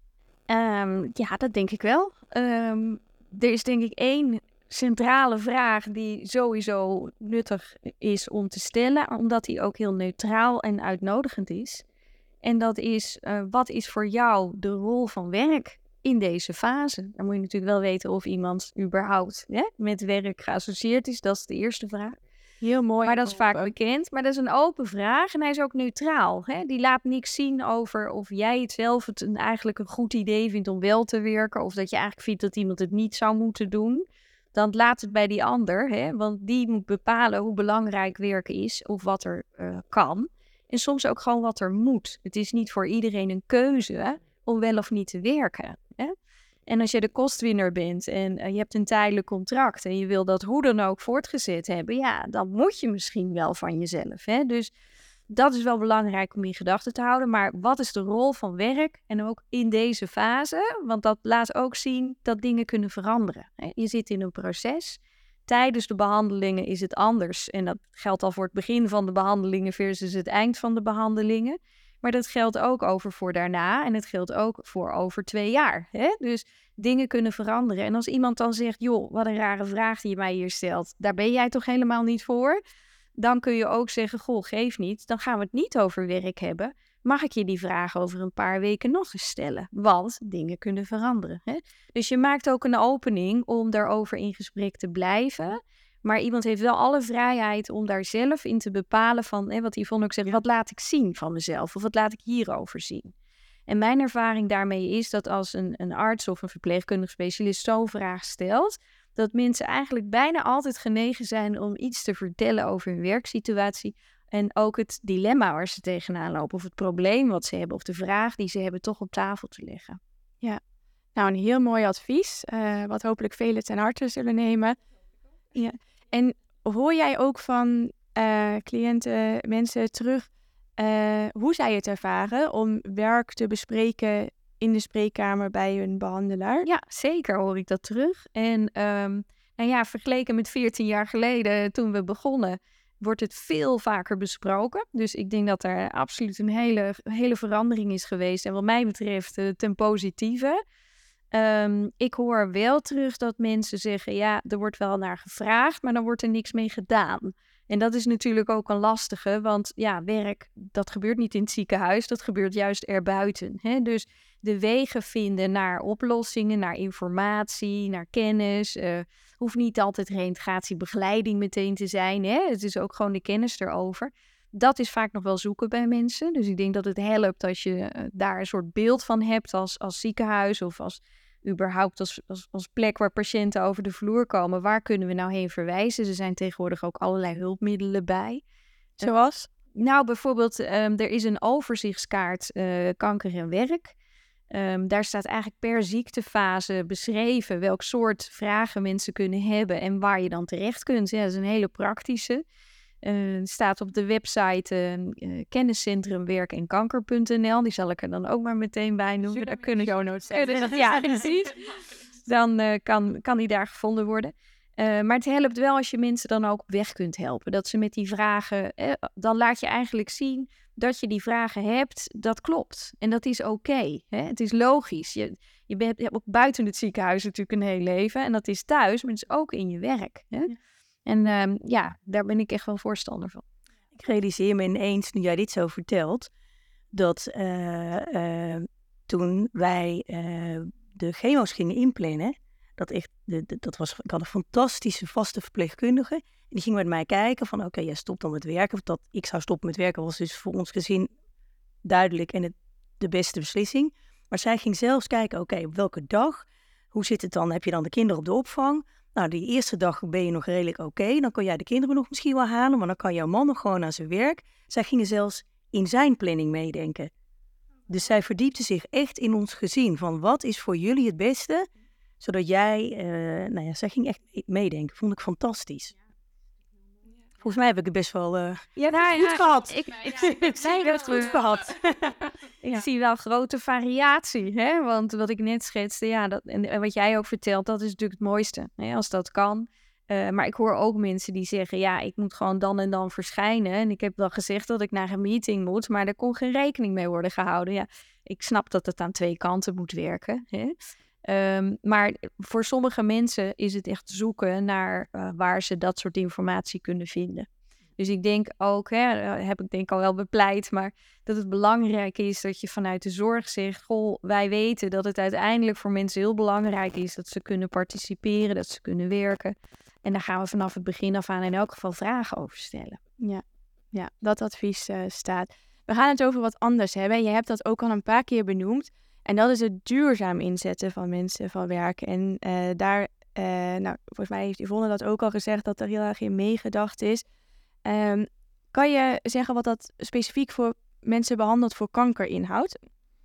Speaker 4: Um, ja, dat denk ik wel. Um, er is denk ik één centrale vraag die sowieso nuttig is om te stellen, omdat die ook heel neutraal en uitnodigend is. En dat is, uh, wat is voor jou de rol van werk in deze fase? Dan moet je natuurlijk wel weten of iemand überhaupt hè, met werk geassocieerd is. Dat is de eerste vraag.
Speaker 2: Heel mooi.
Speaker 4: Maar dat is vaak bekend. Maar dat is een open vraag en hij is ook neutraal. Hè? Die laat niks zien over of jij het zelf het een, eigenlijk een goed idee vindt om wel te werken. Of dat je eigenlijk vindt dat iemand het niet zou moeten doen. Dan laat het bij die ander. Hè? Want die moet bepalen hoe belangrijk werken is of wat er uh, kan. En soms ook gewoon wat er moet. Het is niet voor iedereen een keuze om wel of niet te werken. Hè? En als je de kostwinner bent en uh, je hebt een tijdelijk contract en je wil dat hoe dan ook voortgezet hebben, ja, dan moet je misschien wel van jezelf. Hè? Dus dat is wel belangrijk om in gedachten te houden. Maar wat is de rol van werk en ook in deze fase? Want dat laat ook zien dat dingen kunnen veranderen. Hè? Je zit in een proces. Tijdens de behandelingen is het anders. En dat geldt al voor het begin van de behandelingen versus het eind van de behandelingen. Maar dat geldt ook over voor daarna en het geldt ook voor over twee jaar. Hè? Dus dingen kunnen veranderen. En als iemand dan zegt, joh, wat een rare vraag die je mij hier stelt. Daar ben jij toch helemaal niet voor? Dan kun je ook zeggen, goh, geef niet. Dan gaan we het niet over werk hebben. Mag ik je die vraag over een paar weken nog eens stellen? Want dingen kunnen veranderen. Hè? Dus je maakt ook een opening om daarover in gesprek te blijven. Maar iemand heeft wel alle vrijheid om daar zelf in te bepalen van, hè, wat Yvonne ook zegt, wat laat ik zien van mezelf? Of wat laat ik hierover zien? En mijn ervaring daarmee is dat als een, een arts of een verpleegkundig specialist zo'n vraag stelt, dat mensen eigenlijk bijna altijd genegen zijn om iets te vertellen over hun werksituatie. En ook het dilemma waar ze tegenaan lopen, of het probleem wat ze hebben, of de vraag die ze hebben, toch op tafel te leggen.
Speaker 2: Ja, nou een heel mooi advies, uh, wat hopelijk velen ten harte zullen nemen. Ja. En hoor jij ook van uh, cliënten, mensen terug, uh, hoe zij het ervaren om werk te bespreken in de spreekkamer bij hun behandelaar?
Speaker 4: Ja, zeker hoor ik dat terug. En um, nou ja, vergeleken met veertien jaar geleden toen we begonnen, wordt het veel vaker besproken. Dus ik denk dat er absoluut een hele, hele verandering is geweest. En wat mij betreft uh, ten positieve. Um, ik hoor wel terug dat mensen zeggen, ja, er wordt wel naar gevraagd, maar dan wordt er niks mee gedaan. En dat is natuurlijk ook een lastige, want ja, werk, dat gebeurt niet in het ziekenhuis, dat gebeurt juist erbuiten. Hè? Dus de wegen vinden naar oplossingen, naar informatie, naar kennis. Uh, hoeft niet altijd reintegratiebegeleiding meteen te zijn. Hè? Het is ook gewoon de kennis erover. Dat is vaak nog wel zoeken bij mensen. Dus ik denk dat het helpt als je uh, daar een soort beeld van hebt als, als ziekenhuis of als überhaupt als, als, als plek waar patiënten over de vloer komen. Waar kunnen we nou heen verwijzen? Er zijn tegenwoordig ook allerlei hulpmiddelen bij.
Speaker 2: Zoals?
Speaker 4: Uh, nou, bijvoorbeeld, um, er is een overzichtskaart uh, kanker en werk. Um, daar staat eigenlijk per ziektefase beschreven welk soort vragen mensen kunnen hebben en waar je dan terecht kunt. Ja, dat is een hele praktische. Uh, staat op de website uh, kenniscentrum werk en kanker punt n l. Die zal ik er dan ook maar meteen bij noemen. Daar kunnen show notes zetten. Ja, precies. Dan uh, kan, kan die daar gevonden worden. Uh, maar het helpt wel als je mensen dan ook op weg kunt helpen. Dat ze met die vragen, eh, dan laat je eigenlijk zien dat je die vragen hebt, dat klopt. En dat is oké. Okay, het is logisch. Je, je bent je hebt ook buiten het ziekenhuis natuurlijk een heel leven. En dat is thuis, maar het is ook in je werk. Hè? Ja. En um, ja, daar ben ik echt wel voorstander van.
Speaker 3: Ik realiseer me ineens, nu jij dit zo vertelt, dat uh, uh, toen wij uh, de chemo's gingen inplannen, dat echt, de, de, dat was, ik had een fantastische vaste verpleegkundige. En die ging met mij kijken van, oké, okay, jij stopt dan met werken. Of dat ik zou stoppen met werken was dus voor ons gezin duidelijk en het, de beste beslissing. Maar zij ging zelfs kijken, oké, okay, op welke dag, hoe zit het dan? Heb je dan de kinderen op de opvang? Nou, die eerste dag ben je nog redelijk oké. Okay. Dan kan jij de kinderen nog misschien wel halen, maar dan kan jouw man nog gewoon aan zijn werk. Zij gingen zelfs in zijn planning meedenken. Dus zij verdiepte zich echt in ons gezin van wat is voor jullie het beste, zodat jij, uh, nou ja, zij ging echt meedenken. Vond ik fantastisch. Volgens mij heb ik het best wel uh,
Speaker 4: ja, nou,
Speaker 3: goed
Speaker 4: ja,
Speaker 3: gehad.
Speaker 4: Ik, ik, ik, ik zie het goed gehad. ik ja. zie wel grote variatie, hè? Want wat ik net schetste, ja, dat, en, en wat jij ook vertelt, dat is natuurlijk het mooiste, hè? Als dat kan. Uh, maar ik hoor ook mensen die zeggen, ja, ik moet gewoon dan en dan verschijnen. En ik heb wel gezegd dat ik naar een meeting moet, maar daar kon geen rekening mee worden gehouden. Ja, ik snap dat het aan twee kanten moet werken, hè? Um, maar voor sommige mensen is het echt zoeken naar uh, waar ze dat soort informatie kunnen vinden. Dus ik denk ook, hè, heb ik denk al wel bepleit, maar dat het belangrijk is dat je vanuit de zorg zegt, goh, wij weten dat het uiteindelijk voor mensen heel belangrijk is dat ze kunnen participeren, dat ze kunnen werken. En daar gaan we vanaf het begin af aan in elk geval vragen over stellen.
Speaker 2: Ja, ja dat advies uh, staat. We gaan het over wat anders hebben. Je hebt dat ook al een paar keer benoemd. En dat is het duurzaam inzetten van mensen van werk. En uh, daar, uh, nou, volgens mij heeft Yvonne dat ook al gezegd, dat er heel erg in meegedacht is. Um, kan je zeggen wat dat specifiek voor mensen behandeld voor kanker inhoudt?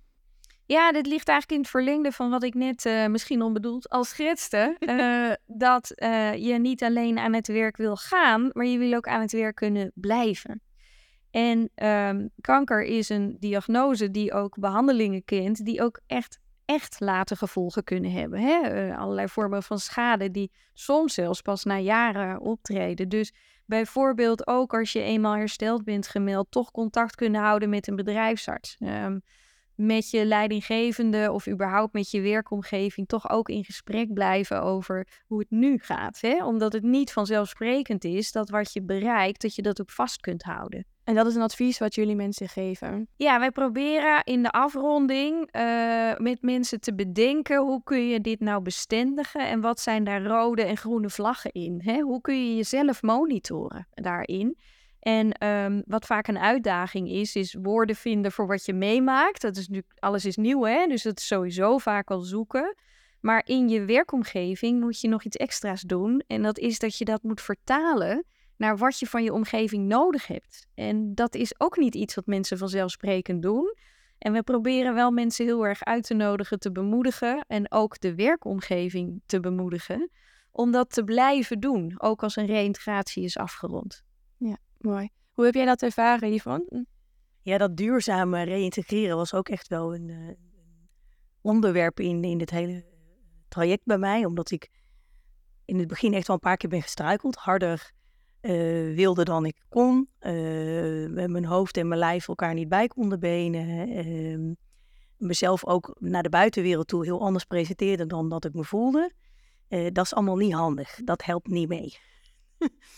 Speaker 4: Ja, dit ligt eigenlijk in het verlengde van wat ik net uh, misschien onbedoeld al schetste. Uh, dat uh, je niet alleen aan het werk wil gaan, maar je wil ook aan het werk kunnen blijven. En um, kanker is een diagnose die ook behandelingen kent, die ook echt, echt late gevolgen kunnen hebben. Hè? Uh, allerlei vormen van schade die soms zelfs pas na jaren optreden. Dus bijvoorbeeld ook als je eenmaal hersteld bent gemeld, toch contact kunnen houden met een bedrijfsarts. Um, met je leidinggevende of überhaupt met je werkomgeving toch ook in gesprek blijven over hoe het nu gaat. Hè? Omdat het niet vanzelfsprekend is dat wat je bereikt, dat je dat ook vast kunt houden.
Speaker 2: En dat is een advies wat jullie mensen geven?
Speaker 4: Ja, wij proberen in de afronding uh, met mensen te bedenken hoe kun je dit nou bestendigen en wat zijn daar rode en groene vlaggen in. Hè? Hoe kun je jezelf monitoren daarin? En um, wat vaak een uitdaging is, is woorden vinden voor wat je meemaakt. Dat is nu, alles is nieuw, hè? Dus dat is sowieso vaak al zoeken. Maar in je werkomgeving moet je nog iets extra's doen. En dat is dat je dat moet vertalen naar wat je van je omgeving nodig hebt. En dat is ook niet iets wat mensen vanzelfsprekend doen. En we proberen wel mensen heel erg uit te nodigen, te bemoedigen en ook de werkomgeving te bemoedigen om dat te blijven doen, ook als een reïntegratie is afgerond.
Speaker 2: Ja, mooi. Hoe heb jij dat ervaren, Yvonne?
Speaker 3: Ja, dat duurzame reïntegreren was ook echt wel een uh, onderwerp in, in dit hele traject bij mij, omdat ik in het begin echt wel een paar keer ben gestruikeld, harder Uh, wilde dan ik kon. Uh, mijn hoofd en mijn lijf elkaar niet bij konden benen. Uh, mezelf ook naar de buitenwereld toe heel anders presenteerde dan dat ik me voelde. Uh, dat is allemaal niet handig. Dat helpt niet mee.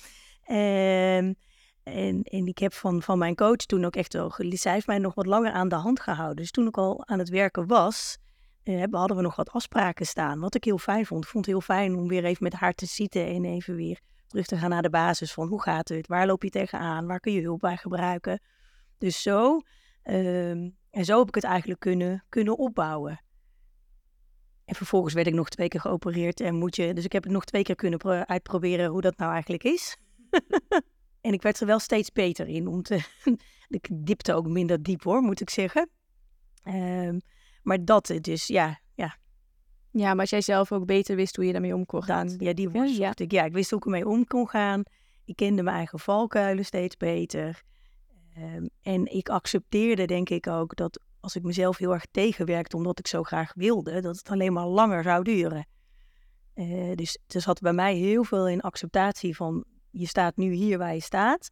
Speaker 3: En, en, en ik heb van, van mijn coach toen ook echt wel... Zij heeft mij nog wat langer aan de hand gehouden. Dus toen ik al aan het werken was... Uh, hadden we nog wat afspraken staan. Wat ik heel fijn vond. Ik vond het heel fijn om weer even met haar te zitten... en even weer terug te gaan naar de basis van hoe gaat het? Waar loop je tegenaan? Waar kun je hulp bij gebruiken? Dus zo... Um, en zo heb ik het eigenlijk kunnen, kunnen opbouwen. En vervolgens werd ik nog twee keer geopereerd. En moet je, dus ik heb het nog twee keer kunnen pro- uitproberen hoe dat nou eigenlijk is. En ik werd er wel steeds beter in. Om te, ik dipte ook minder diep hoor, moet ik zeggen. Um, maar dat dus, ja, ja.
Speaker 2: Ja, maar als jij zelf ook beter wist hoe je daarmee om kon gaan.
Speaker 3: Dat, ja, die woord
Speaker 2: ja.
Speaker 3: ik. Ja, ik wist hoe ik ermee om kon gaan. Ik kende mijn eigen valkuilen steeds beter. Um, en ik accepteerde denk ik ook dat als ik mezelf heel erg tegenwerkte omdat ik zo graag wilde, dat het alleen maar langer zou duren. Uh, dus er zat bij mij heel veel in acceptatie van je staat nu hier waar je staat.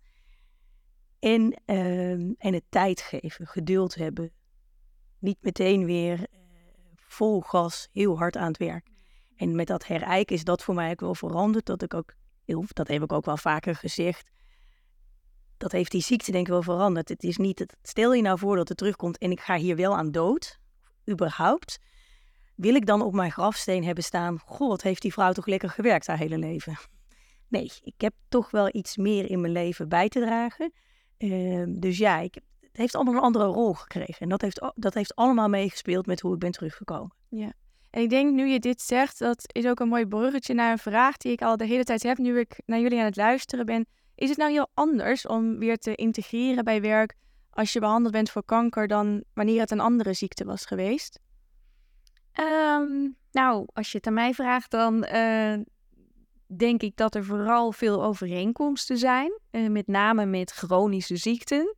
Speaker 3: En, um, en het tijd geven, geduld hebben. Niet meteen weer uh, vol gas heel hard aan het werk. En met dat herijken is dat voor mij ook wel veranderd. Dat ik ook, heel, dat heb ik ook wel vaker gezegd. Dat heeft die ziekte denk ik wel veranderd. Het is niet, het, stel je nou voor dat het terugkomt en ik ga hier wel aan dood, überhaupt. Wil ik dan op mijn grafsteen hebben staan, goh, wat heeft die vrouw toch lekker gewerkt haar hele leven. Nee, ik heb toch wel iets meer in mijn leven bij te dragen. Uh, dus ja, ik, het heeft allemaal een andere rol gekregen. En dat heeft, dat heeft allemaal meegespeeld met hoe ik ben teruggekomen.
Speaker 2: Ja. En ik denk nu je dit zegt, dat is ook een mooi bruggetje naar een vraag die ik al de hele tijd heb, nu ik naar jullie aan het luisteren ben. Is het nou heel anders om weer te integreren bij werk als je behandeld bent voor kanker dan wanneer het een andere ziekte was geweest?
Speaker 4: Um, nou, als je het aan mij vraagt, dan uh, denk ik dat er vooral veel overeenkomsten zijn. Uh, met name met chronische ziekten.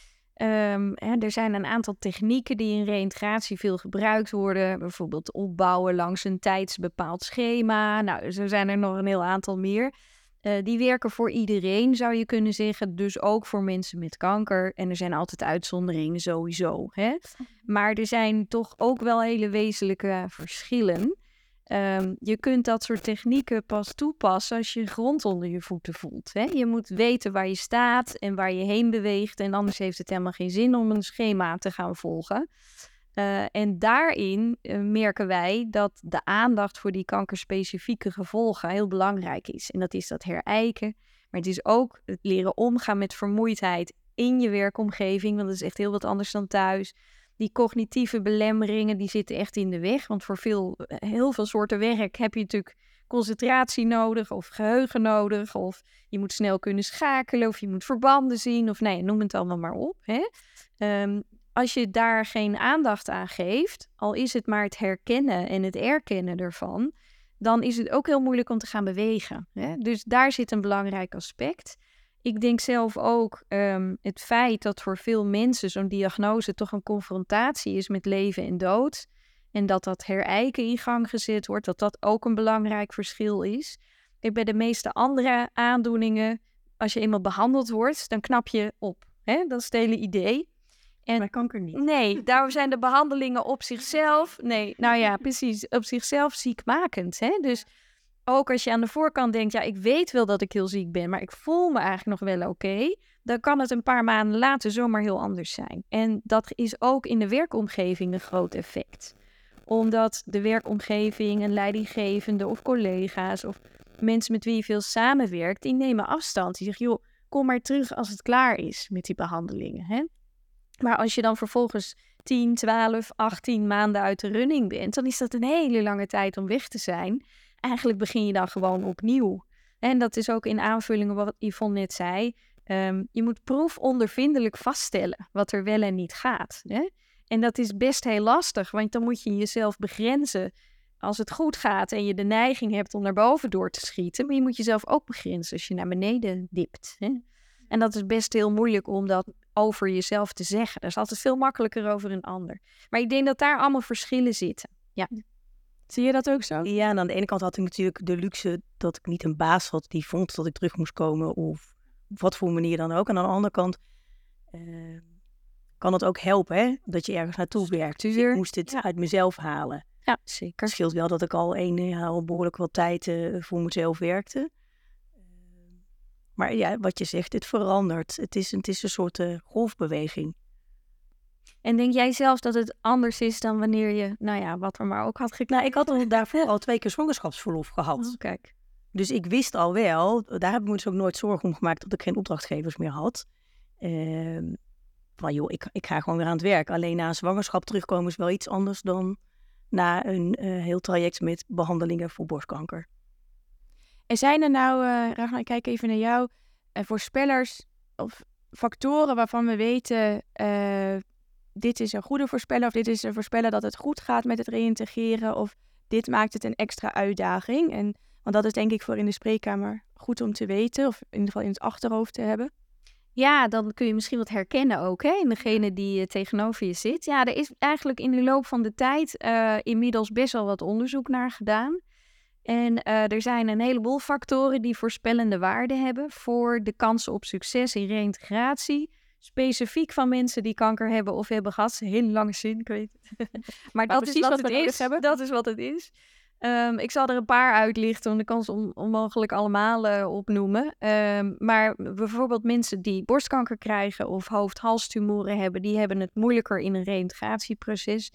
Speaker 4: Um, hè, er zijn een aantal technieken die in reïntegratie veel gebruikt worden. Bijvoorbeeld opbouwen langs een tijdsbepaald schema. Nou, zo zijn er nog een heel aantal meer. Uh, die werken voor iedereen, zou je kunnen zeggen. Dus ook voor mensen met kanker. En er zijn altijd uitzonderingen sowieso. Hè? Maar er zijn toch ook wel hele wezenlijke verschillen. Um, je kunt dat soort technieken pas toepassen als je grond onder je voeten voelt. Hè? Je moet weten waar je staat en waar je heen beweegt. En anders heeft het helemaal geen zin om een schema te gaan volgen. Uh, en daarin uh, merken wij dat de aandacht voor die kankerspecifieke gevolgen heel belangrijk is. En dat is dat herijken. Maar het is ook het leren omgaan met vermoeidheid in je werkomgeving. Want dat is echt heel wat anders dan thuis. Die cognitieve belemmeringen die zitten echt in de weg. Want voor veel, heel veel soorten werk heb je natuurlijk concentratie nodig of geheugen nodig. Of je moet snel kunnen schakelen of je moet verbanden zien. Of nee, noem het allemaal maar op. Hè? Um, Als je daar geen aandacht aan geeft, al is het maar het herkennen en het erkennen ervan, dan is het ook heel moeilijk om te gaan bewegen. Hè? Dus daar zit een belangrijk aspect. Ik denk zelf ook um, het feit dat voor veel mensen zo'n diagnose toch een confrontatie is met leven en dood. En dat dat herijken in gang gezet wordt, dat dat ook een belangrijk verschil is. Kijk, bij de meeste andere aandoeningen, als je eenmaal behandeld wordt, dan knap je op. Hè? Dat is het hele idee.
Speaker 3: En bij kanker niet.
Speaker 4: Nee, daarom zijn de behandelingen op zichzelf... Nee, nou ja, precies. Op zichzelf ziekmakend. Hè? Dus ook als je aan de voorkant denkt... ja, ik weet wel dat ik heel ziek ben... maar ik voel me eigenlijk nog wel oké... Okay, dan kan het een paar maanden later zomaar heel anders zijn. En dat is ook in de werkomgeving een groot effect. Omdat de werkomgeving, een leidinggevende of collega's... of mensen met wie je veel samenwerkt... die nemen afstand. Die zeggen, joh, kom maar terug als het klaar is met die behandelingen, hè? Maar als je dan vervolgens tien, twaalf, achttien maanden uit de running bent... dan is dat een hele lange tijd om weg te zijn. Eigenlijk begin je dan gewoon opnieuw. En dat is ook in aanvulling op wat Yvonne net zei. Um, je moet proefondervindelijk vaststellen wat er wel en niet gaat. Hè? En dat is best heel lastig, want dan moet je jezelf begrenzen... als het goed gaat en je de neiging hebt om naar boven door te schieten. Maar je moet jezelf ook begrenzen als je naar beneden dipt. Hè? En dat is best heel moeilijk om dat over jezelf te zeggen. Dat is altijd veel makkelijker over een ander. Maar ik denk dat daar allemaal verschillen zitten. Ja.
Speaker 2: Zie je dat ook zo?
Speaker 3: Ja, en aan de ene kant had ik natuurlijk de luxe dat ik niet een baas had die vond dat ik terug moest komen. Of op wat voor manier dan ook. En aan de andere kant uh, kan het ook helpen, hè? Dat je ergens naartoe werkt. Dus ik moest het ja. uit mezelf halen.
Speaker 4: Ja, zeker.
Speaker 3: Het scheelt wel dat ik al, een, ja, al behoorlijk wat tijd uh, voor mezelf werkte. Maar ja, wat je zegt, het verandert. Het is, het is een soort uh, golfbeweging.
Speaker 4: En denk jij zelf dat het anders is dan wanneer je, nou ja, wat er maar ook had gekregen?
Speaker 3: Nou, ik had al daarvoor al twee keer zwangerschapsverlof gehad.
Speaker 4: Oh, kijk.
Speaker 3: Dus ik wist al wel, daar heb ik me dus ook nooit zorgen om gemaakt dat ik geen opdrachtgevers meer had. Uh, van joh, ik, ik ga gewoon weer aan het werk. Alleen na een zwangerschap terugkomen is wel iets anders dan na een uh, heel traject met behandelingen voor borstkanker.
Speaker 2: En zijn er nou, uh, Ragnar, ik kijk even naar jou, uh, voorspellers of factoren waarvan we weten, uh, dit is een goede voorspeller of dit is een voorspeller dat het goed gaat met het reïntegreren of dit maakt het een extra uitdaging. En, want dat is denk ik voor in de spreekkamer goed om te weten of in ieder geval in het achterhoofd te hebben.
Speaker 4: Ja, dan kun je misschien wat herkennen ook, hè, in degene die uh, tegenover je zit. Ja, er is eigenlijk in de loop van de tijd uh, inmiddels best wel wat onderzoek naar gedaan. En uh, er zijn een heleboel factoren die voorspellende waarde hebben voor de kansen op succes in reïntegratie. Specifiek van mensen die kanker hebben of hebben gehad. Een hele lange zin, ik weet het. maar, maar dat is wat, wat het is. Hebben. Dat is wat het is. Um, ik zal er een paar uitlichten, want ik kan ze on- onmogelijk allemaal uh, opnoemen. Um, maar bijvoorbeeld mensen die borstkanker krijgen of hoofd-halstumoren hebben, die hebben het moeilijker in een reïntegratieproces.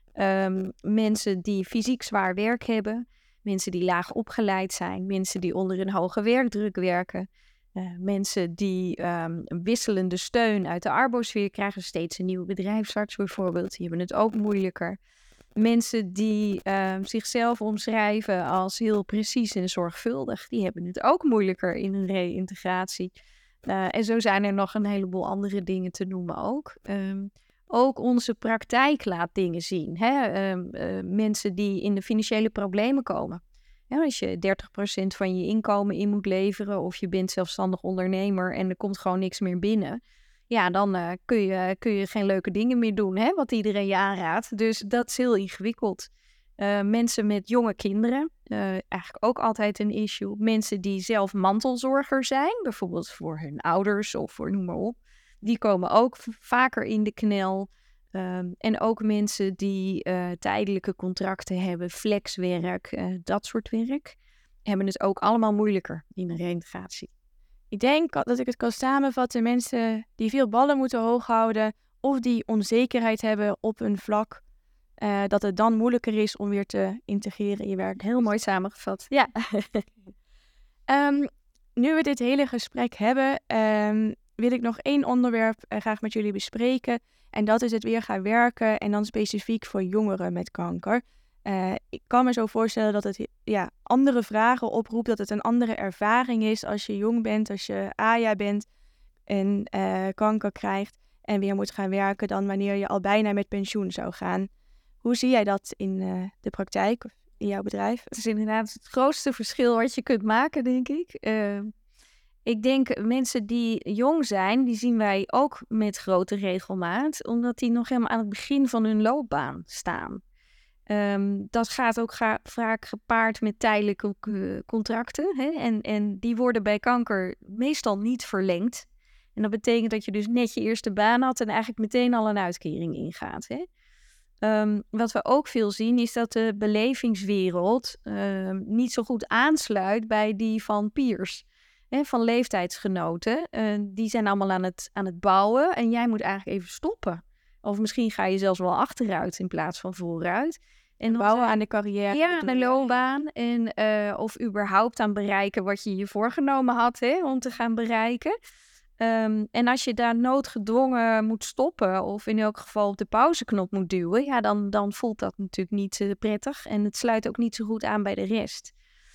Speaker 4: Um, mensen die fysiek zwaar werk hebben, mensen die laag opgeleid zijn, mensen die onder een hoge werkdruk werken, uh, mensen die um, een wisselende steun uit de arbeidsfeer krijgen, steeds een nieuwe bedrijfsarts bijvoorbeeld, die hebben het ook moeilijker. Mensen die uh, zichzelf omschrijven als heel precies en zorgvuldig, die hebben het ook moeilijker in een reïntegratie. Uh, en zo zijn er nog een heleboel andere dingen te noemen ook. Um, ook onze praktijk laat dingen zien. Hè? Um, uh, mensen die in de financiële problemen komen. Ja, als je dertig procent van je inkomen in moet leveren of je bent zelfstandig ondernemer en er komt gewoon niks meer binnen. Ja, dan uh, kun, je, kun je geen leuke dingen meer doen, hè, wat iedereen je aanraadt. Dus dat is heel ingewikkeld. Uh, mensen met jonge kinderen, uh, eigenlijk ook altijd een issue. Mensen die zelf mantelzorger zijn, bijvoorbeeld voor hun ouders of voor noem maar op. Die komen ook v- vaker in de knel. Um, en ook mensen die uh, tijdelijke contracten hebben, flexwerk, uh, dat soort werk, hebben het ook allemaal moeilijker in een reïntegratie.
Speaker 2: Ik denk dat ik het kan samenvatten. Mensen die veel ballen moeten hoog houden of die onzekerheid hebben op een vlak, uh, dat het dan moeilijker is om weer te integreren in je werk.
Speaker 4: Heel mooi samengevat.
Speaker 2: Ja. um, nu we dit hele gesprek hebben, um, wil ik nog één onderwerp uh, graag met jullie bespreken. En dat is het weer gaan werken en dan specifiek voor jongeren met kanker. Uh, ik kan me zo voorstellen dat het ja, andere vragen oproept, dat het een andere ervaring is als je jong bent, als je A Y A bent en uh, kanker krijgt en weer moet gaan werken dan wanneer je al bijna met pensioen zou gaan. Hoe zie jij dat in uh, de praktijk of in jouw bedrijf?
Speaker 4: Het is inderdaad het grootste verschil wat je kunt maken, denk ik. Uh, ik denk mensen die jong zijn, die zien wij ook met grote regelmaat, omdat die nog helemaal aan het begin van hun loopbaan staan. Um, dat gaat ook ga- vaak gepaard met tijdelijke uh, contracten. Hè? En, en die worden bij kanker meestal niet verlengd. En dat betekent dat je dus net je eerste baan had en eigenlijk meteen al een uitkering ingaat. Hè? Um, wat we ook veel zien is dat de belevingswereld uh, niet zo goed aansluit bij die van peers. Hè? Van leeftijdsgenoten. Uh, die zijn allemaal aan het, aan het bouwen en jij moet eigenlijk even stoppen. Of misschien ga je zelfs wel achteruit in plaats van vooruit.
Speaker 2: En bouwen aan de carrière.
Speaker 4: Ja, aan de loopbaan. En uh, of überhaupt aan bereiken wat je je voorgenomen had, hè, om te gaan bereiken. Um, en als je daar noodgedwongen moet stoppen of in elk geval op de pauzeknop moet duwen, ja, dan, dan voelt dat natuurlijk niet uh, prettig. En het sluit ook niet zo goed aan bij de rest.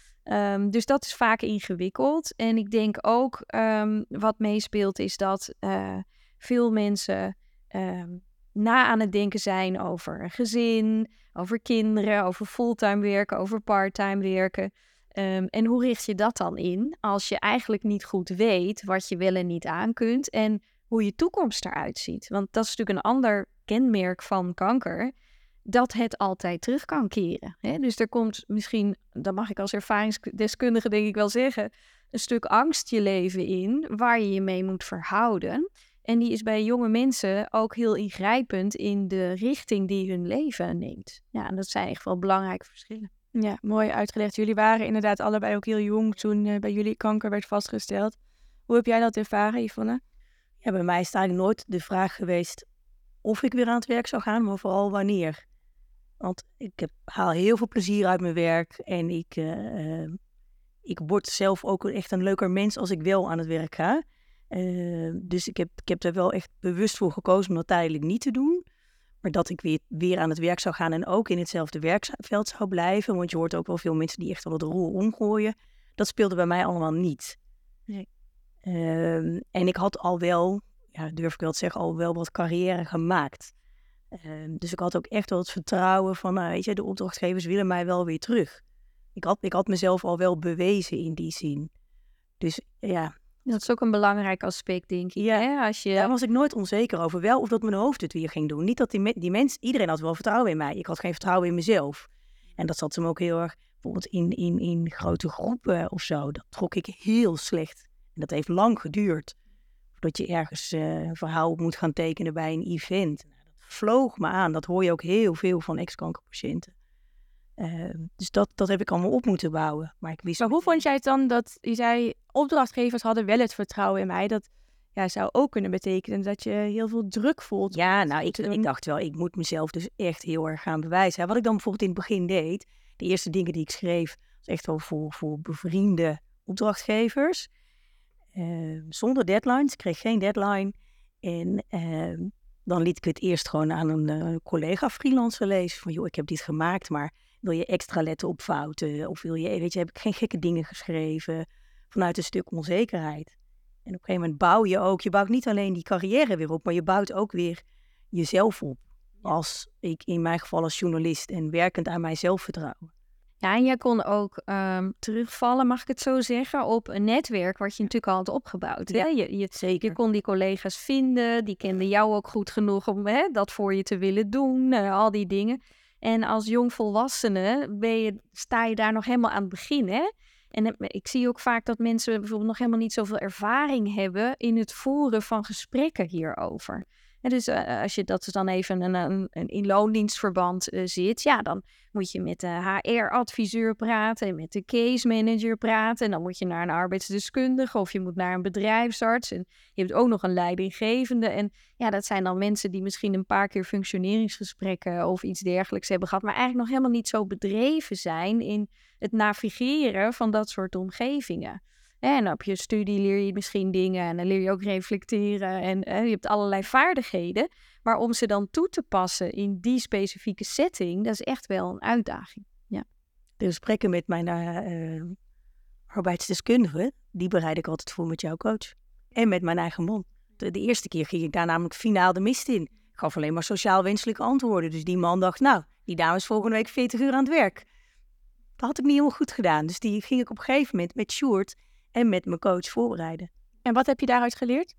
Speaker 4: Um, dus dat is vaak ingewikkeld. En ik denk ook um, wat meespeelt is dat uh, veel mensen um, na aan het denken zijn over een gezin, over kinderen, over fulltime werken, over parttime werken. Um, en hoe richt je dat dan in als je eigenlijk niet goed weet wat je wel en niet aan kunt en hoe je toekomst eruit ziet? Want dat is natuurlijk een ander kenmerk van kanker, dat het altijd terug kan keren. Hè? Dus er komt misschien, dat mag ik als ervaringsdeskundige denk ik wel zeggen, een stuk angst je leven in waar je je mee moet verhouden. En die is bij jonge mensen ook heel ingrijpend in de richting die hun leven neemt. Ja, en dat zijn echt wel belangrijke verschillen.
Speaker 2: Ja, mooi uitgelegd. Jullie waren inderdaad allebei ook heel jong toen uh, bij jullie kanker werd vastgesteld. Hoe heb jij dat ervaren, Yvonne?
Speaker 3: Ja, bij mij is het eigenlijk nooit de vraag geweest of ik weer aan het werk zou gaan, maar vooral wanneer. Want ik heb, haal heel veel plezier uit mijn werk en ik, uh, uh, ik word zelf ook echt een leuker mens als ik wel aan het werk ga. Uh, dus ik heb, ik heb er wel echt bewust voor gekozen om dat tijdelijk niet te doen. Maar dat ik weer, weer aan het werk zou gaan en ook in hetzelfde werkveld zou blijven. Want je hoort ook wel veel mensen die echt wel de rol omgooien. Dat speelde bij mij allemaal niet.
Speaker 4: Nee.
Speaker 3: Uh, en ik had al wel, ja, durf ik wel te zeggen, al wel wat carrière gemaakt. Uh, dus ik had ook echt wel het vertrouwen van, nou, weet je, de opdrachtgevers willen mij wel weer terug. Ik had, ik had mezelf al wel bewezen in die zin. Dus ja...
Speaker 4: Dat is ook een belangrijk aspect, denk ik.
Speaker 3: Ja,
Speaker 4: hè? Als je...
Speaker 3: Daar was ik nooit onzeker over. Wel of dat mijn hoofd het weer ging doen. Niet dat die, me- die mensen... Iedereen had wel vertrouwen in mij. Ik had geen vertrouwen in mezelf. En dat zat hem ook heel erg... Bijvoorbeeld in, in, in grote groepen of zo. Dat trok ik heel slecht. En dat heeft lang geduurd. Voordat je ergens uh, een verhaal op moet gaan tekenen bij een event. Nou, dat vloog me aan. Dat hoor je ook heel veel van ex-kankerpatiënten. Uh, dus dat, dat heb ik allemaal op moeten bouwen. Maar ik wist...
Speaker 2: Maar hoe vond jij het dan dat je zei, opdrachtgevers hadden wel het vertrouwen in mij? Dat ja, zou ook kunnen betekenen dat je heel veel druk voelt.
Speaker 3: Ja, nou, ik, ik dacht wel, ik moet mezelf dus echt heel erg gaan bewijzen. Wat ik dan bijvoorbeeld in het begin deed, de eerste dingen die ik schreef, was echt wel voor, voor bevriende opdrachtgevers. Uh, zonder deadlines, ik kreeg geen deadline. En uh, dan liet ik het eerst gewoon aan een uh, collega freelancer lezen. Van, joh, ik heb dit gemaakt, maar... Wil je extra letten op fouten? Of wil je, weet je, heb ik geen gekke dingen geschreven? Vanuit een stuk onzekerheid. En op een gegeven moment bouw je ook, je bouwt niet alleen die carrière weer op, maar je bouwt ook weer jezelf op. Als ik in mijn geval als journalist en werkend aan mijn zelfvertrouwen.
Speaker 4: Ja, en jij kon ook um, terugvallen, mag ik het zo zeggen, op een netwerk wat je natuurlijk al had opgebouwd. Hè?
Speaker 3: Ja,
Speaker 4: je, je,
Speaker 3: zeker.
Speaker 4: Je kon die collega's vinden, die kenden jou ook goed genoeg om hè, dat voor je te willen doen, uh, al die dingen. En als jongvolwassene ben je, sta je daar nog helemaal aan het begin. Hè? En ik zie ook vaak dat mensen bijvoorbeeld nog helemaal niet zoveel ervaring hebben in het voeren van gesprekken hierover. En dus uh, als je dat is dan even een, een, een in loondienstverband uh, zit, ja, dan moet je met de H R-adviseur praten en met de case manager praten. En dan moet je naar een arbeidsdeskundige of je moet naar een bedrijfsarts. En je hebt ook nog een leidinggevende. En ja, dat zijn dan mensen die misschien een paar keer functioneringsgesprekken of iets dergelijks hebben gehad, maar eigenlijk nog helemaal niet zo bedreven zijn in het navigeren van dat soort omgevingen. En op je studie leer je misschien dingen en dan leer je ook reflecteren en eh, je hebt allerlei vaardigheden. Maar om ze dan toe te passen in die specifieke setting, dat is echt wel een uitdaging. Ja.
Speaker 3: De gesprekken met mijn uh, arbeidsdeskundige, die bereid ik altijd voor met jouw coach. En met mijn eigen man. De, de eerste keer ging ik daar namelijk finaal de mist in. Ik gaf alleen maar sociaal wenselijke antwoorden. Dus die man dacht, nou, die dame is volgende week veertig uur aan het werk. Dat had ik niet helemaal goed gedaan. Dus die ging ik op een gegeven moment met Sjoerd en met mijn coach voorbereiden.
Speaker 2: En wat heb je daaruit geleerd?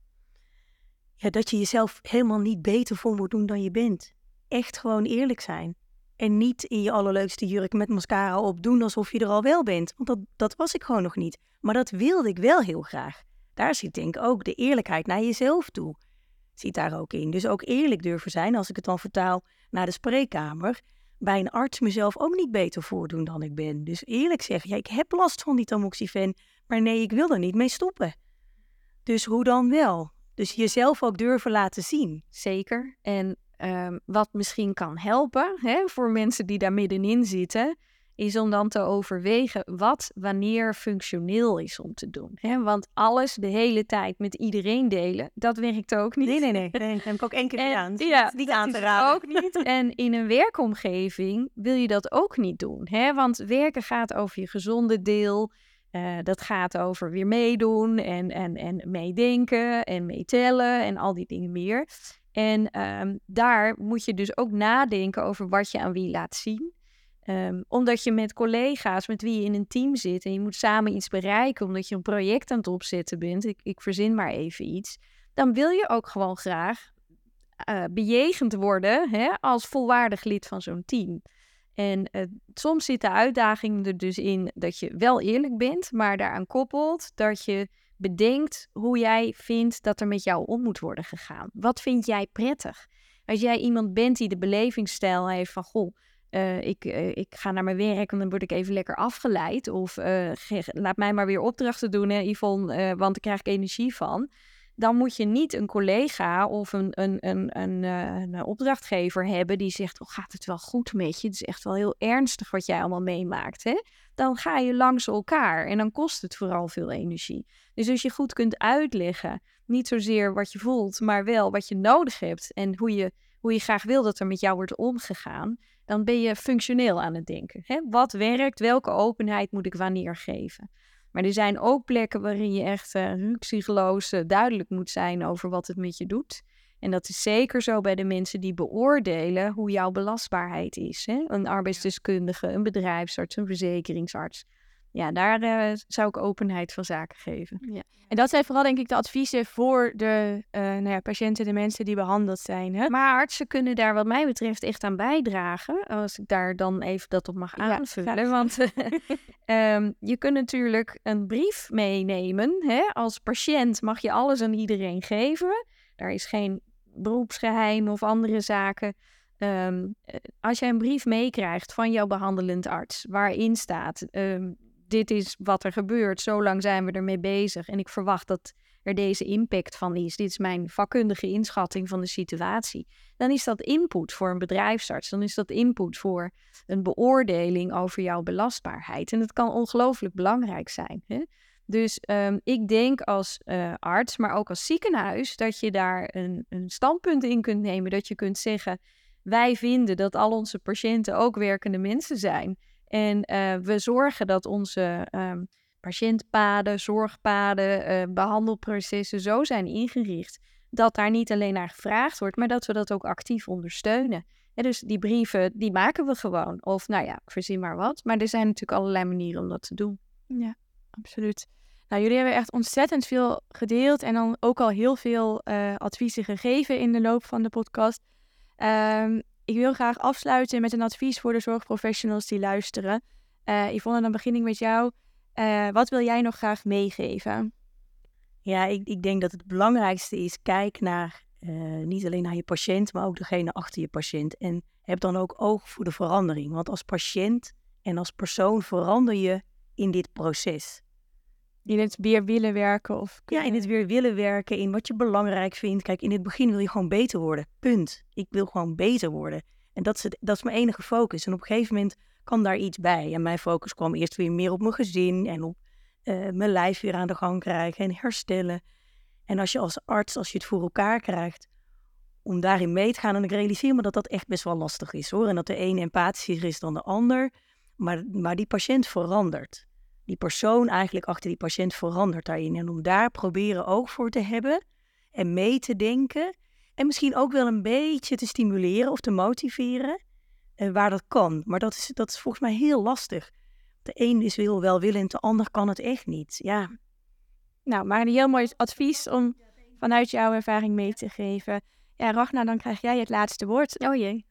Speaker 3: Ja, dat je jezelf helemaal niet beter voor moet doen dan je bent. Echt gewoon eerlijk zijn. En niet in je allerleukste jurk met mascara op doen alsof je er al wel bent. Want dat, dat was ik gewoon nog niet. Maar dat wilde ik wel heel graag. Daar zit denk ik ook de eerlijkheid naar jezelf toe. Zit daar ook in. Dus ook eerlijk durven zijn, als ik het dan vertaal naar de spreekkamer. Bij een arts mezelf ook niet beter voordoen dan ik ben. Dus eerlijk zeggen, ja, ik heb last van die tamoxifen. Maar nee, ik wil er niet mee stoppen. Dus hoe dan wel? Dus jezelf ook durven laten zien.
Speaker 4: Zeker. En um, wat misschien kan helpen hè, voor mensen die daar middenin zitten, is om dan te overwegen wat wanneer functioneel is om te doen. Hè? Want alles de hele tijd met iedereen delen, dat werkt ook niet.
Speaker 3: Nee, nee, nee. nee dat heb ik ook één keer
Speaker 4: en,
Speaker 3: gedaan.
Speaker 4: Ja,
Speaker 3: niet
Speaker 4: dat
Speaker 3: aan te
Speaker 4: is
Speaker 3: raden.
Speaker 4: ook niet. En in een werkomgeving wil je dat ook niet doen. Hè? Want werken gaat over je gezonde deel. Uh, dat gaat over weer meedoen en, en, en meedenken en meetellen en al die dingen meer. En um, daar moet je dus ook nadenken over wat je aan wie laat zien. Um, omdat je met collega's met wie je in een team zit en je moet samen iets bereiken omdat je een project aan het opzetten bent, ik, ik verzin maar even iets, dan wil je ook gewoon graag uh, bejegend worden hè, als volwaardig lid van zo'n team. En uh, soms zit de uitdaging er dus in dat je wel eerlijk bent, maar daaraan koppelt dat je bedenkt hoe jij vindt dat er met jou om moet worden gegaan. Wat vind jij prettig? Als jij iemand bent die de belevingsstijl heeft van, goh, uh, ik, uh, ik ga naar mijn werk en dan word ik even lekker afgeleid. Of uh, ge- laat mij maar weer opdrachten doen, hè, Yvonne, uh, want daar krijg ik energie van. Dan moet je niet een collega of een, een, een, een, uh, een opdrachtgever hebben die zegt, oh, gaat het wel goed met je? Het is echt wel heel ernstig wat jij allemaal meemaakt. Hè? Dan ga je langs elkaar en dan kost het vooral veel energie. Dus als je goed kunt uitleggen, niet zozeer wat je voelt, maar wel wat je nodig hebt en hoe je, hoe je graag wil dat er met jou wordt omgegaan, dan ben je functioneel aan het denken. Hè? Wat werkt? Welke openheid moet ik wanneer geven? Maar er zijn ook plekken waarin je echt uh, ruksigloos uh, duidelijk moet zijn over wat het met je doet. En dat is zeker zo bij de mensen die beoordelen hoe jouw belastbaarheid is. Hè? Een arbeidsdeskundige, een bedrijfsarts, een verzekeringsarts. Ja, daar uh, zou ik openheid van zaken geven.
Speaker 2: Ja. En dat zijn vooral denk ik de adviezen voor de uh, nou ja, patiënten, de mensen die behandeld zijn. Hè?
Speaker 4: Maar artsen kunnen daar wat mij betreft echt aan bijdragen. Als ik daar dan even dat op mag aanvullen. Ja, want um, je kunt natuurlijk een brief meenemen. Hè? Als patiënt mag je alles aan iedereen geven. Daar is geen beroepsgeheim of andere zaken. Um, als jij een brief meekrijgt van jouw behandelend arts, waarin staat, um, dit is wat er gebeurt, zo lang zijn we ermee bezig en ik verwacht dat er deze impact van is, dit is mijn vakkundige inschatting van de situatie, dan is dat input voor een bedrijfsarts, dan is dat input voor een beoordeling over jouw belastbaarheid en dat kan ongelooflijk belangrijk zijn, hè? Dus um, ik denk als uh, arts, maar ook als ziekenhuis, dat je daar een, een standpunt in kunt nemen, dat je kunt zeggen, wij vinden dat al onze patiënten ook werkende mensen zijn. En uh, we zorgen dat onze um, patiëntpaden, zorgpaden, uh, behandelprocessen zo zijn ingericht dat daar niet alleen naar gevraagd wordt, maar dat we dat ook actief ondersteunen. En dus die brieven, die maken we gewoon. Of nou ja, ik verzin maar wat. Maar er zijn natuurlijk allerlei manieren om dat te doen.
Speaker 2: Ja, absoluut. Nou, jullie hebben echt ontzettend veel gedeeld en dan ook al heel veel uh, adviezen gegeven in de loop van de podcast. Um, ik wil graag afsluiten met een advies voor de zorgprofessionals die luisteren. Uh, Yvonne, dan begin ik met jou. Uh, wat wil jij nog graag meegeven?
Speaker 3: Ja, ik, ik denk dat het belangrijkste is, kijk naar uh, niet alleen naar je patiënt, maar ook degene achter je patiënt. En heb dan ook oog voor de verandering. Want als patiënt en als persoon verander je in dit proces.
Speaker 2: In het weer willen werken? Of...
Speaker 3: Ja, in het weer willen werken, in wat je belangrijk vindt. Kijk, in het begin wil je gewoon beter worden. Punt. Ik wil gewoon beter worden. En dat is, het, dat is mijn enige focus. En op een gegeven moment kan daar iets bij. En mijn focus kwam eerst weer meer op mijn gezin en op uh, mijn lijf weer aan de gang krijgen en herstellen. En als je als arts, als je het voor elkaar krijgt, om daarin mee te gaan. En ik realiseer me dat dat echt best wel lastig is, hoor. En dat de een empathischer is dan de ander. Maar, maar die patiënt verandert. Die persoon eigenlijk achter die patiënt verandert daarin. En om daar proberen oog voor te hebben en mee te denken. En misschien ook wel een beetje te stimuleren of te motiveren uh, waar dat kan. Maar dat is, dat is volgens mij heel lastig. De een is wil welwillend, de ander kan het echt niet. Ja.
Speaker 2: Nou, maar een heel mooi advies om vanuit jouw ervaring mee te geven. Ja, Ragna, dan krijg jij het laatste woord.
Speaker 4: Oh jee.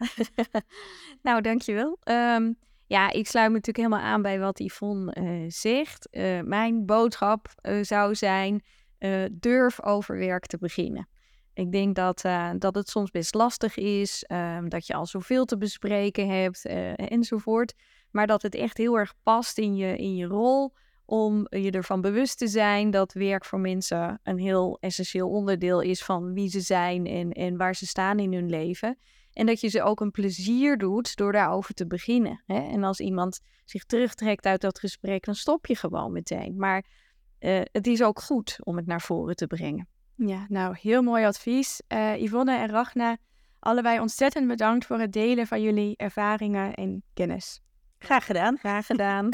Speaker 4: Nou, dankjewel. Um, ja, ik sluit me natuurlijk helemaal aan bij wat Yvonne uh, zegt. Uh, mijn boodschap uh, zou zijn, uh, durf over werk te beginnen. Ik denk dat, uh, dat het soms best lastig is, uh, dat je al zoveel te bespreken hebt uh, enzovoort. Maar dat het echt heel erg past in je, in je rol om je ervan bewust te zijn dat werk voor mensen een heel essentieel onderdeel is van wie ze zijn en, en waar ze staan in hun leven. En dat je ze ook een plezier doet door daarover te beginnen. Hè? En als iemand zich terugtrekt uit dat gesprek, dan stop je gewoon meteen. Maar uh, het is ook goed om het naar voren te brengen.
Speaker 2: Ja, nou, heel mooi advies. Uh, Yvonne en Ragna, allebei ontzettend bedankt voor het delen van jullie ervaringen en kennis.
Speaker 3: Graag gedaan.
Speaker 4: Graag gedaan.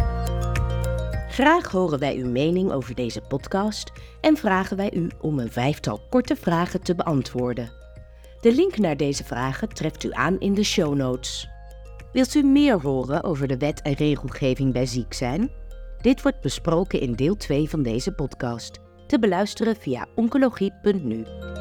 Speaker 1: Graag horen wij uw mening over deze podcast en vragen wij u om een vijftal korte vragen te beantwoorden. De link naar deze vragen treft u aan in de show notes. Wilt u meer horen over de wet en regelgeving bij ziek zijn? Dit wordt besproken in deel twee van deze podcast, te beluisteren via oncologie punt nu.